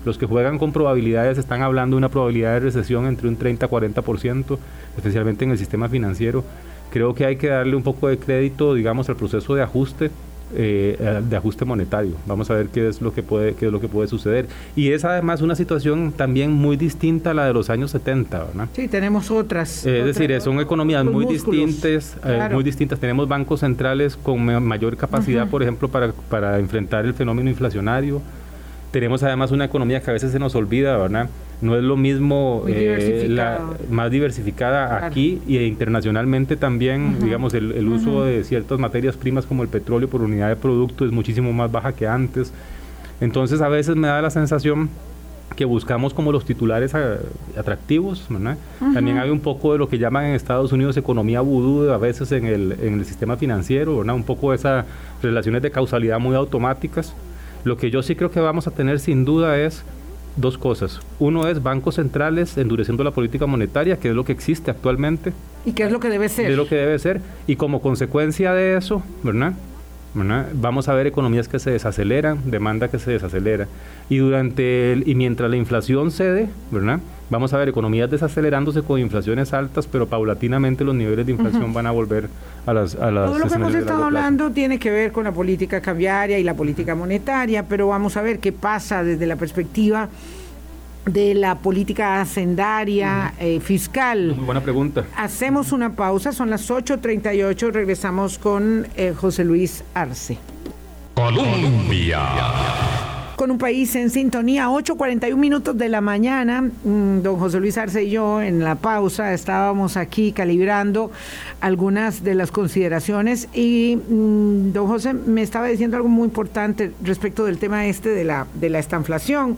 S3: Los que juegan con probabilidades están hablando de una probabilidad de recesión entre un treinta a cuarenta por ciento, especialmente en el sistema financiero. Creo que hay que darle un poco de crédito, digamos, al proceso de ajuste, eh, de ajuste monetario. Vamos a ver qué es lo que puede, qué es lo que puede suceder. Y es además una situación también muy distinta a la de los años setenta, ¿verdad?
S2: Sí, tenemos otras.
S3: Eh, es
S2: otras,
S3: decir, son economías muy
S2: músculos.
S3: distintas, eh,
S2: Claro.
S3: muy distintas. Tenemos bancos centrales con ma- mayor capacidad, uh-huh. por ejemplo, para, para enfrentar el fenómeno inflacionario. Tenemos además una economía que a veces se nos olvida, ¿verdad? No es lo mismo, eh, la, más diversificada claro. aquí y internacionalmente también, uh-huh. digamos, el, el uso uh-huh. de ciertas materias primas como el petróleo por unidad de producto es muchísimo más baja que antes. Entonces a veces me da la sensación que buscamos como los titulares a, atractivos, ¿verdad? Uh-huh. También hay un poco de lo que llaman en Estados Unidos economía vudú, a veces en el, en el sistema financiero, ¿verdad? Un poco esas relaciones de causalidad muy automáticas. Lo que yo sí creo que vamos a tener sin duda es dos cosas. Uno es bancos centrales endureciendo la política monetaria, que es lo que existe actualmente.
S2: ¿Y qué es lo que debe ser?
S3: Es lo que debe ser. Y como consecuencia de eso, ¿verdad? ¿verdad? Vamos a ver economías que se desaceleran, demanda que se desacelera. Y durante el, y mientras la inflación cede, ¿verdad? Vamos a ver economías desacelerándose con inflaciones altas, pero paulatinamente los niveles de inflación uh-huh. van a volver a las a las
S2: Todo lo que hemos estado hablando tiene que ver con la política cambiaria y la política monetaria, pero vamos a ver qué pasa desde la perspectiva de la política hacendaria, uh-huh. eh, fiscal.
S3: Muy buena pregunta.
S2: Hacemos una pausa, son las ocho treinta y ocho, regresamos con eh, José Luis Arce.
S1: Colombia.
S2: Con un país en sintonía, ocho cuarenta y un minutos de la mañana, don José Luis Arce y yo en la pausa estábamos aquí calibrando algunas de las consideraciones y mmm, don José me estaba diciendo algo muy importante respecto del tema este de la, de la estanflación,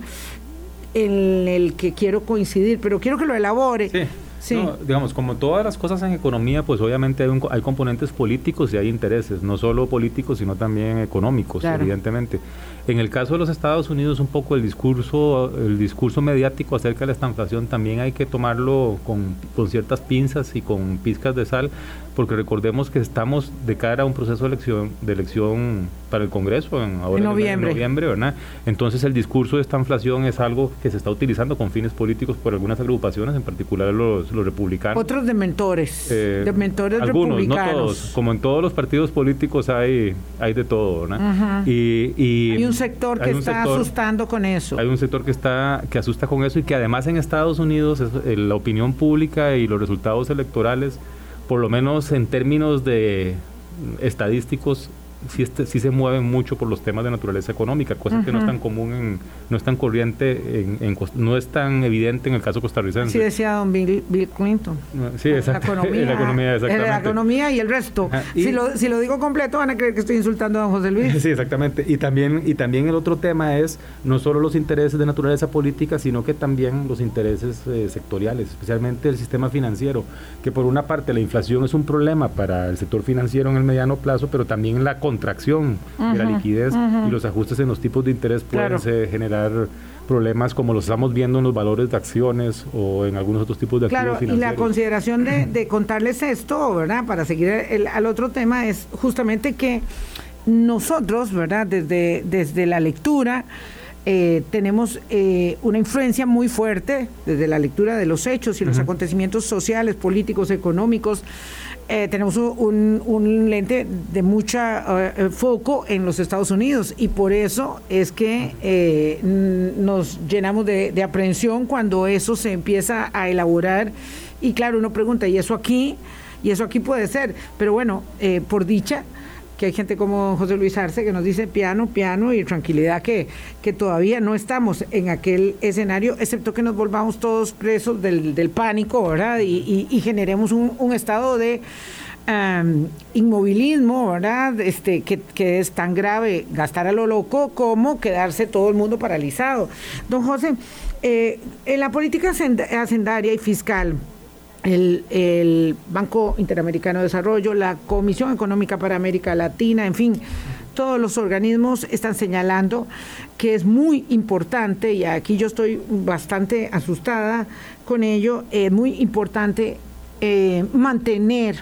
S2: en el que quiero coincidir, pero quiero que lo elabore.
S3: Sí. Sí. No, digamos, como todas las cosas en economía, pues obviamente hay, un, hay componentes políticos y hay intereses, no solo políticos, sino también económicos, claro. evidentemente. En el caso de los Estados Unidos, un poco el discurso el discurso mediático acerca de la estanflación también hay que tomarlo con, con ciertas pinzas y con pizcas de sal, porque recordemos que estamos de cara a un proceso de elección, de elección para el Congreso en, ahora
S2: en noviembre,
S3: en noviembre, ¿verdad? Entonces el discurso de estanflación es algo que se está utilizando con fines políticos por algunas agrupaciones, en particular los, los republicanos.
S2: Otros dementores, eh, dementores
S3: algunos,
S2: republicanos.
S3: No todos, como en todos los partidos políticos hay, hay de todo, ¿verdad?
S2: Uh-huh.
S3: Y, y
S2: hay un sector que un está sector, asustando con eso.
S3: Hay un sector que está que asusta con eso y que además en Estados Unidos es, eh, la opinión pública y los resultados electorales, por lo menos en términos de estadísticos, sí, este, sí se mueven mucho por los temas de naturaleza económica, cosa uh-huh. que no es tan común, en, no es tan corriente, en, en, no es tan evidente en el caso costarricense.
S2: Sí decía don Bill, Bill Clinton.
S3: Sí, exacto.
S2: La economía,
S3: la economía, exactamente.
S2: La economía y el resto. Ah, y si, lo, si lo digo completo van a creer que estoy insultando a don José Luis.
S3: Sí, exactamente. Y también, y también el otro tema es no solo los intereses de naturaleza política, sino que también los intereses eh, sectoriales, especialmente el sistema financiero, que por una parte la inflación es un problema para el sector financiero en el mediano plazo, pero también la contracción uh-huh, de la liquidez uh-huh. y los ajustes en los tipos de interés pueden claro. ser, generar problemas como los estamos viendo en los valores de acciones o en algunos otros tipos de
S2: claro,
S3: activos financieros.
S2: Y la consideración de, de contarles esto, ¿verdad? Para seguir el, al otro tema es justamente que nosotros, ¿verdad? Desde, desde la lectura eh, tenemos eh, una influencia muy fuerte desde la lectura de los hechos y los uh-huh. acontecimientos sociales, políticos, económicos. Eh, tenemos un, un lente de mucha uh, foco en los Estados Unidos y por eso es que eh, nos llenamos de, de aprehensión cuando eso se empieza a elaborar y claro, uno pregunta, ¿y eso aquí? Y eso aquí puede ser, pero bueno, eh, por dicha que hay gente como José Luis Arce que nos dice piano, piano y tranquilidad que, que todavía no estamos en aquel escenario, excepto que nos volvamos todos presos del, del pánico, ¿verdad? Y, y, y generemos un, un estado de um, inmovilismo, ¿verdad? Este, que, que es tan grave gastar a lo loco como quedarse todo el mundo paralizado. Don José, eh, en la política hacendaria y fiscal, El, el Banco Interamericano de Desarrollo, la Comisión Económica para América Latina, en fin, todos los organismos están señalando que es muy importante, y aquí yo estoy bastante asustada con ello, es eh, muy importante eh, mantener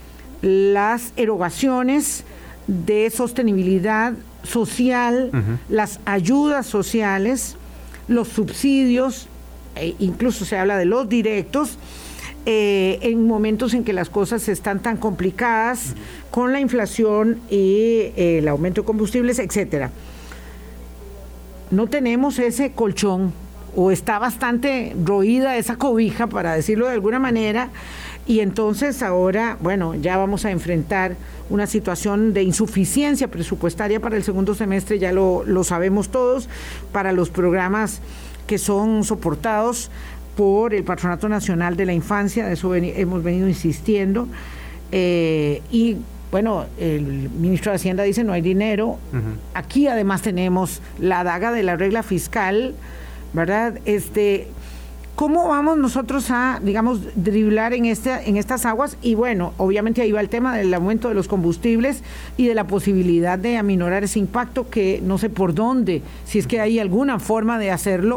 S2: las erogaciones de sostenibilidad social, uh-huh. las ayudas sociales, los subsidios, e incluso se habla de los directos, eh, en momentos en que las cosas están tan complicadas con la inflación y eh, el aumento de combustibles, etcétera. No tenemos ese colchón, o está bastante roída esa cobija, para decirlo de alguna manera, y entonces ahora, bueno, ya vamos a enfrentar una situación de insuficiencia presupuestaria para el segundo semestre, ya lo, lo sabemos todos, para los programas que son soportados por el Patronato Nacional de la Infancia, de eso ven, hemos venido insistiendo, eh, y bueno, el ministro de Hacienda dice no hay dinero. Uh-huh. Aquí además tenemos la daga de la regla fiscal, ¿verdad? Este, ¿cómo vamos nosotros a, digamos, driblar en, este, en estas aguas? Y bueno, obviamente ahí va el tema del aumento de los combustibles y de la posibilidad de aminorar ese impacto, que no sé por dónde, si es que hay alguna forma de hacerlo.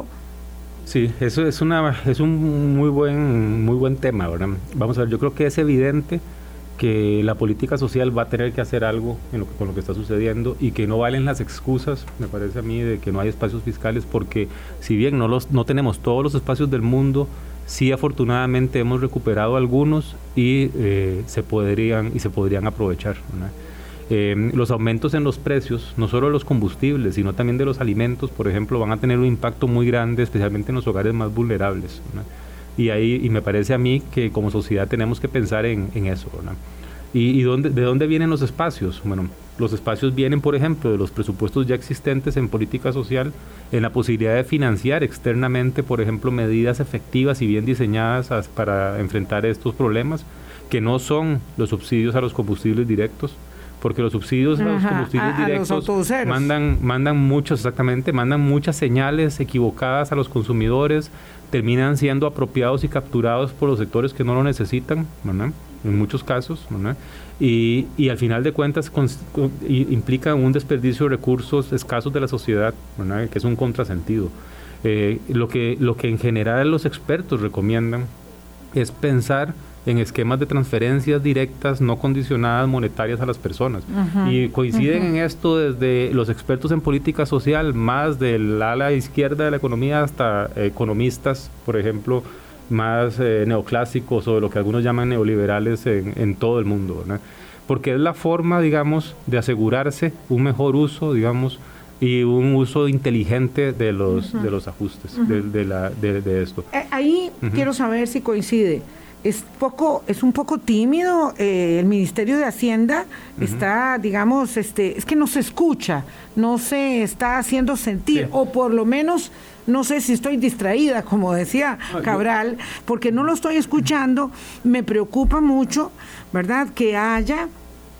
S3: Sí, eso es una es un muy buen muy buen tema, ¿verdad? Vamos a ver, yo creo que es evidente que la política social va a tener que hacer algo en lo que, con lo que está sucediendo, y que no valen las excusas, me parece a mí, de que no hay espacios fiscales, porque si bien no los no tenemos todos los espacios del mundo, sí afortunadamente hemos recuperado algunos y eh, se podrían y se podrían aprovechar, ¿verdad? Eh, los aumentos en los precios, no solo de los combustibles, sino también de los alimentos, por ejemplo, van a tener un impacto muy grande, especialmente en los hogares más vulnerables, ¿verdad? Y ahí y me parece a mí que como sociedad tenemos que pensar en, en eso, ¿verdad? ¿Y, y dónde, de dónde vienen los espacios? Bueno, los espacios vienen, por ejemplo, de los presupuestos ya existentes en política social, en la posibilidad de financiar externamente, por ejemplo, medidas efectivas y bien diseñadas as, para enfrentar estos problemas, que no son los subsidios a los combustibles directos, porque los subsidios Ajá, a los combustibles a, directos a los mandan mandan muchos exactamente mandan muchas señales equivocadas a los consumidores, terminan siendo apropiados y capturados por los sectores que no lo necesitan, ¿verdad? En muchos casos, ¿verdad? Y, y al final de cuentas con, con, y, implica un desperdicio de recursos escasos de la sociedad, ¿verdad? Que es un contrasentido. Eh, lo que lo que en general los expertos recomiendan es pensar en esquemas de transferencias directas no condicionadas monetarias a las personas. Uh-huh, y coinciden uh-huh. en esto desde los expertos en política social, más del ala izquierda de la economía, hasta eh, economistas, por ejemplo, más eh, neoclásicos, o lo que algunos llaman neoliberales en, en todo el mundo, ¿verdad? Porque es la forma, digamos, de asegurarse un mejor uso, digamos, y un uso inteligente de los, uh-huh. de los ajustes, uh-huh. de, de, la, de, de esto.
S2: Eh, ahí uh-huh. quiero saber si coincide. Es poco, es un poco tímido eh, el Ministerio de Hacienda, uh-huh. está, digamos, este, es que no se escucha, no se está haciendo sentir, sí. o por lo menos, no sé si estoy distraída, como decía Cabral, porque no lo estoy escuchando. Me preocupa mucho, ¿verdad?, que haya,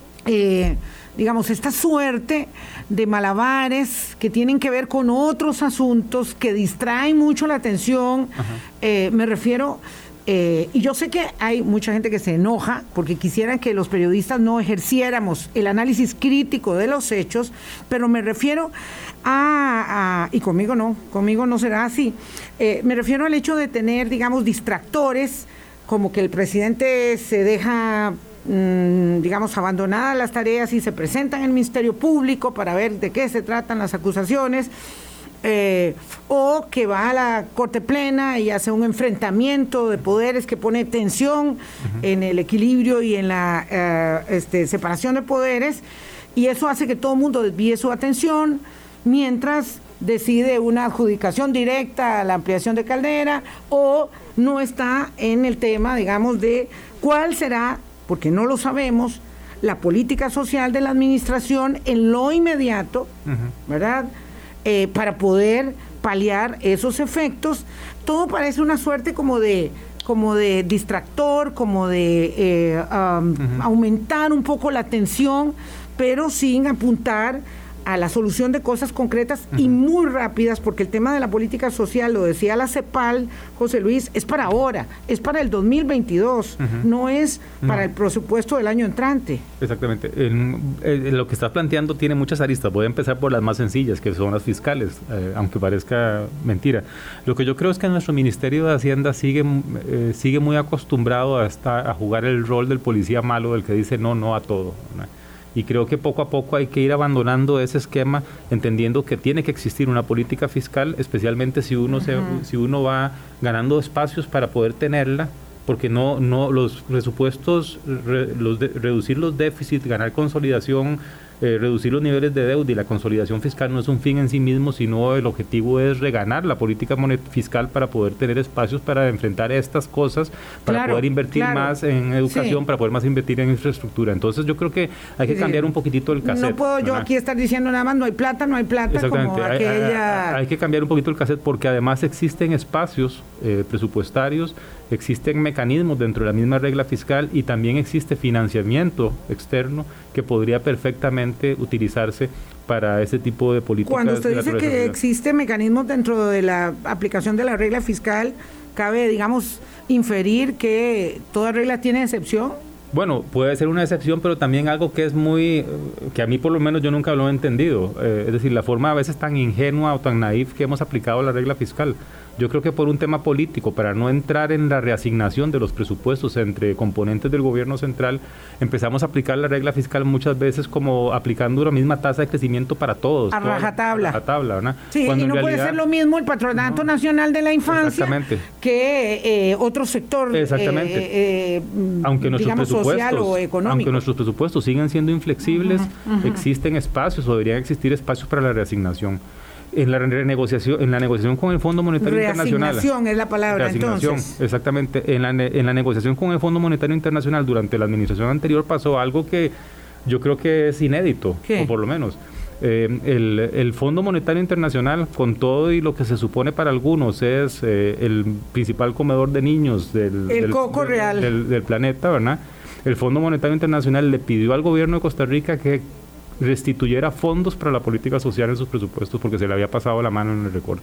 S2: eh, digamos, esta suerte de malabares que tienen que ver con otros asuntos que distraen mucho la atención. Uh-huh. eh, me refiero... Eh, y yo sé que hay mucha gente que se enoja porque quisieran que los periodistas no ejerciéramos el análisis crítico de los hechos, pero me refiero a, a y conmigo no, conmigo no será así, eh, me refiero al hecho de tener, digamos, distractores, como que el presidente se deja, mmm, digamos, abandonadas las tareas y se presenta en el Ministerio Público para ver de qué se tratan las acusaciones. Eh, o que va a la Corte Plena y hace un enfrentamiento de poderes que pone tensión uh-huh. en el equilibrio y en la uh, este, separación de poderes, y eso hace que todo el mundo desvíe su atención mientras decide una adjudicación directa a la ampliación de Caldera, o no está en el tema, digamos, de cuál será, porque no lo sabemos, la política social de la administración en lo inmediato, uh-huh. ¿verdad?, Eh, para poder paliar esos efectos. Todo parece una suerte como de como de distractor, como de eh, um, uh-huh. aumentar un poco la tensión, pero sin apuntar a la solución de cosas concretas uh-huh. y muy rápidas, porque el tema de la política social, lo decía la CEPAL, José Luis, es para ahora, es para el dos mil veintidós, uh-huh. no es para no. el presupuesto del año entrante.
S3: Exactamente. El, el, lo que está planteando tiene muchas aristas. Voy a empezar por las más sencillas, que son las fiscales, eh, aunque parezca mentira. Lo que yo creo es que nuestro Ministerio de Hacienda sigue, eh, sigue muy acostumbrado a, estar, a jugar el rol del policía malo, del que dice no, no a todo, ¿no? Y creo que poco a poco hay que ir abandonando ese esquema, entendiendo que tiene que existir una política fiscal, especialmente si uno, uh-huh. se, si uno va ganando espacios para poder tenerla, porque no, no los presupuestos, re, los de, reducir los déficits, ganar consolidación, eh, reducir los niveles de deuda y la consolidación fiscal no es un fin en sí mismo, sino el objetivo es reganar la política monet- fiscal para poder tener espacios para enfrentar estas cosas, para claro, poder invertir claro. más en educación, sí. para poder más invertir en infraestructura. Entonces yo creo que hay que sí. cambiar un poquitito el cassette.
S2: No puedo yo ¿verdad? aquí estar diciendo nada más, no hay plata, no hay plata,
S3: Exactamente.
S2: como
S3: hay,
S2: aquella...
S3: Hay, hay que cambiar un poquito el cassette porque además existen espacios eh, presupuestarios, existen mecanismos dentro de la misma regla fiscal y también existe financiamiento externo que podría perfectamente utilizarse para ese tipo de políticas.
S2: Cuando usted
S3: de
S2: dice que existe mecanismos dentro de la aplicación de la regla fiscal, ¿cabe, digamos, inferir que toda regla tiene excepción?
S3: Bueno, puede ser una excepción, pero también algo que es muy, que a mí por lo menos yo nunca lo he entendido, eh, es decir, la forma a veces tan ingenua o tan naif que hemos aplicado la regla fiscal. Yo creo que por un tema político, para no entrar en la reasignación de los presupuestos entre componentes del gobierno central, empezamos a aplicar la regla fiscal muchas veces como aplicando la misma tasa de crecimiento para todos.
S2: A rajatabla.
S3: A rajatabla, ¿verdad?
S2: Sí, Cuando y no realidad, puede ser lo mismo el Patronato no, Nacional de la Infancia que eh, otro sector,
S3: exactamente.
S2: Eh, eh,
S3: aunque nuestros
S2: digamos, social o económico.
S3: Aunque nuestros presupuestos siguen siendo inflexibles, uh-huh, uh-huh. existen espacios o deberían existir espacios para la reasignación. En la renegociación, en la negociación con el Fondo Monetario Internacional.
S2: Reasignación es la palabra, entonces.
S3: Exactamente. En la, en la negociación con el Fondo Monetario Internacional durante la administración anterior pasó algo que yo creo que es inédito, ¿Qué? o por lo menos. Eh, el, el Fondo Monetario Internacional, con todo y lo que se supone para algunos es eh, el principal comedor de niños del,
S2: el
S3: del,
S2: coco
S3: del,
S2: real.
S3: Del, del planeta, ¿verdad? El Fondo Monetario Internacional le pidió al gobierno de Costa Rica que restituyera fondos para la política social en sus presupuestos porque se le había pasado la mano en el recorte.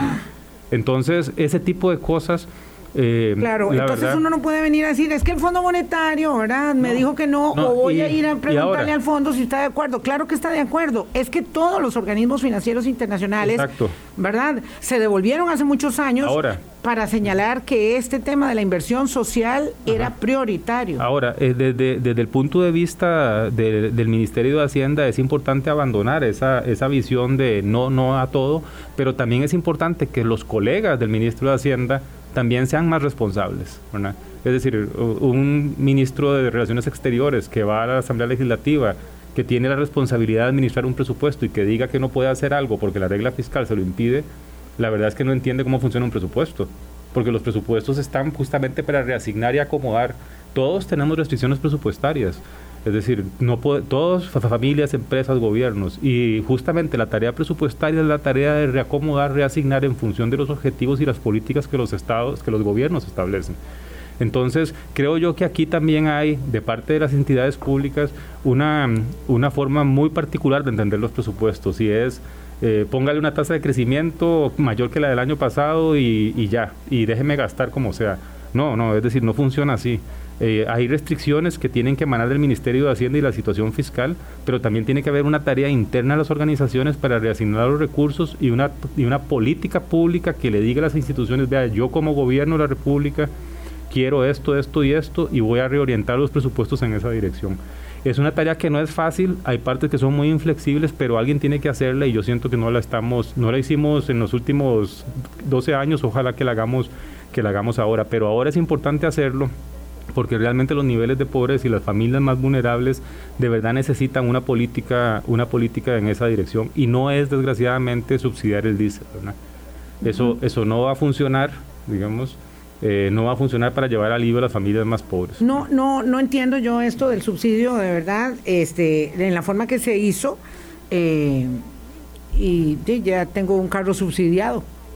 S3: Entonces, ese tipo de cosas... Eh,
S2: claro, entonces verdad, uno no puede venir a decir, es que el Fondo Monetario, ¿verdad? Me no, dijo que no, no, o voy y, a ir a preguntarle ahora, al fondo si está de acuerdo. Claro que está de acuerdo. Es que todos los organismos financieros internacionales, exacto. ¿verdad? Se devolvieron hace muchos años ahora, para señalar que este tema de la inversión social ajá. era prioritario.
S3: Ahora, eh, desde, desde el punto de vista de, del Ministerio de Hacienda es importante abandonar esa, esa visión de no, no a todo, pero también es importante que los colegas del Ministro de Hacienda también sean más responsables, ¿verdad? Es decir, un ministro de Relaciones Exteriores que va a la Asamblea Legislativa, que tiene la responsabilidad de administrar un presupuesto y que diga que no puede hacer algo porque la regla fiscal se lo impide, la verdad es que no entiende cómo funciona un presupuesto, porque los presupuestos están justamente para reasignar y acomodar. Todos tenemos restricciones presupuestarias, es decir, no puede, todos, familias, empresas, gobiernos, y justamente la tarea presupuestaria es la tarea de reacomodar, reasignar en función de los objetivos y las políticas que los estados, que los gobiernos establecen. Entonces, creo yo que aquí también hay, de parte de las entidades públicas, una, una forma muy particular de entender los presupuestos, y es, eh, póngale una tasa de crecimiento mayor que la del año pasado y, y ya, y déjeme gastar como sea. No, no, es decir, no funciona así. Eh, hay restricciones que tienen que emanar del Ministerio de Hacienda y la situación fiscal, pero también tiene que haber una tarea interna a las organizaciones para reasignar los recursos y una, y una política pública que le diga a las instituciones, vea, yo como gobierno de la República quiero esto, esto y esto y voy a reorientar los presupuestos en esa dirección. Es una tarea que no es fácil, hay partes que son muy inflexibles, pero alguien tiene que hacerla y yo siento que no la estamos, no la hicimos en los últimos doce años, ojalá que la hagamos, que la hagamos ahora, pero ahora es importante hacerlo porque realmente los niveles de pobreza y las familias más vulnerables de verdad necesitan una política, una política en esa dirección y no es desgraciadamente subsidiar el diésel, ¿verdad? Eso, uh-huh. eso no va a funcionar, digamos. Eh, no va a funcionar para llevar alivio a las familias más pobres.
S2: No, no, no entiendo yo esto del subsidio, de verdad, este, en la forma que se hizo, eh, y sí, ya tengo un carro subsidiado,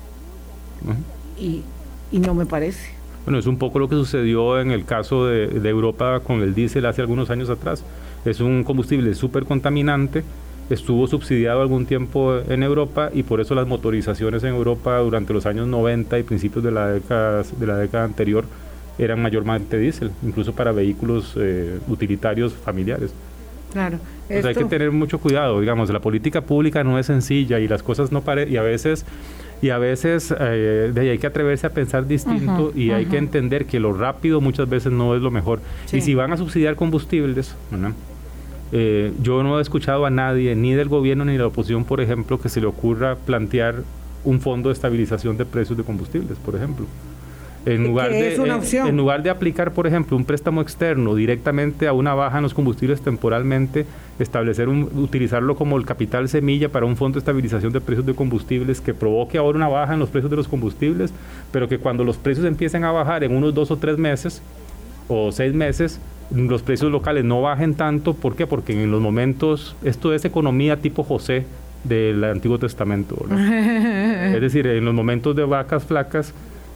S2: uh-huh. y, y no me parece.
S3: Bueno, es un poco lo que sucedió en el caso de, de Europa con el diésel hace algunos años atrás. Es un combustible súper contaminante, estuvo subsidiado algún tiempo en Europa y por eso las motorizaciones en Europa durante los años noventa y principios de la década, de la década anterior eran mayormente diésel, incluso para vehículos eh, utilitarios familiares.
S2: Claro.
S3: O sea, hay que tener mucho cuidado, digamos, la política pública no es sencilla y las cosas no parecen, y a veces, y a veces eh, de ahí hay que atreverse a pensar distinto uh-huh, y uh-huh. hay que entender que lo rápido muchas veces no es lo mejor. Sí. Y si van a subsidiar combustibles, ¿no? Eh, yo no he escuchado a nadie, ni del gobierno ni de la oposición, por ejemplo, que se le ocurra plantear un fondo de estabilización de precios de combustibles, por ejemplo. En lugar, de,
S2: es una opción.
S3: En, en lugar de aplicar, por ejemplo, un préstamo externo directamente a una baja en los combustibles temporalmente, establecer un, utilizarlo como el capital semilla para un fondo de estabilización de precios de combustibles que provoque ahora una baja en los precios de los combustibles, pero que cuando los precios empiecen a bajar en unos dos o tres meses o seis meses, los precios locales no bajen tanto. ¿Por qué? Porque en los momentos, esto es economía tipo José del Antiguo Testamento, ¿verdad? Es decir, en los momentos de vacas flacas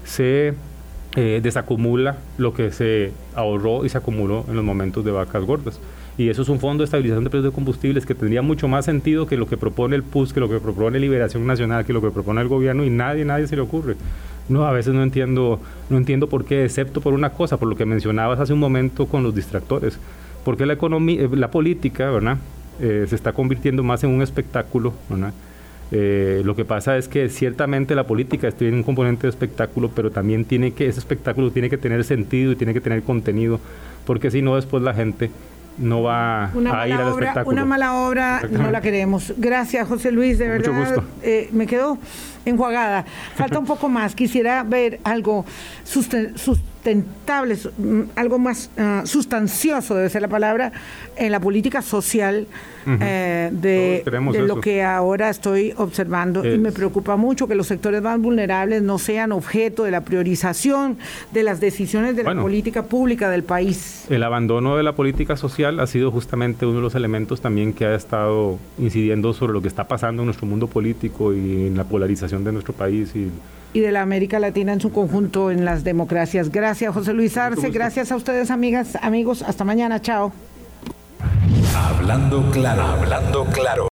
S3: se eh, desacumula lo que se ahorró y se acumuló en los momentos de vacas gordas. Y eso es un fondo de estabilización de precios de combustibles que tendría mucho más sentido que lo que propone el P U S, que lo que propone Liberación Nacional, que lo que propone el gobierno, y nadie, nadie se le ocurre. No, a veces no entiendo, no entiendo por qué, excepto por una cosa, por lo que mencionabas hace un momento con los distractores. Porque la economía, la política, ¿verdad? Eh, se está convirtiendo más en un espectáculo, ¿verdad? Eh, lo que pasa es que ciertamente la política tiene un componente de espectáculo, pero también tiene que, ese espectáculo tiene que tener sentido y tiene que tener contenido, porque si no después la gente no va
S2: una
S3: a ir al
S2: obra,
S3: espectáculo.
S2: Una mala obra no la queremos. Gracias, José Luis, de
S3: Mucho
S2: verdad.
S3: gusto.
S2: Eh, me quedo enjuagada. Falta un poco más. Quisiera ver algo susten sustentable, algo más uh, sustancioso, debe ser la palabra, en la política social uh-huh. eh, de, de lo que ahora estoy observando. Es. Y me preocupa mucho que los sectores más vulnerables no sean objeto de la priorización de las decisiones de bueno, la política pública del país.
S3: El abandono de la política social ha sido justamente uno de los elementos también que ha estado incidiendo sobre lo que está pasando en nuestro mundo político y en la polarización de nuestro país y,
S2: y de la América Latina en su conjunto en las democracias. Gracias, José Luis Arce. Gracias a ustedes, amigas, amigos. Hasta mañana. Chao.
S1: Hablando claro, hablando claro.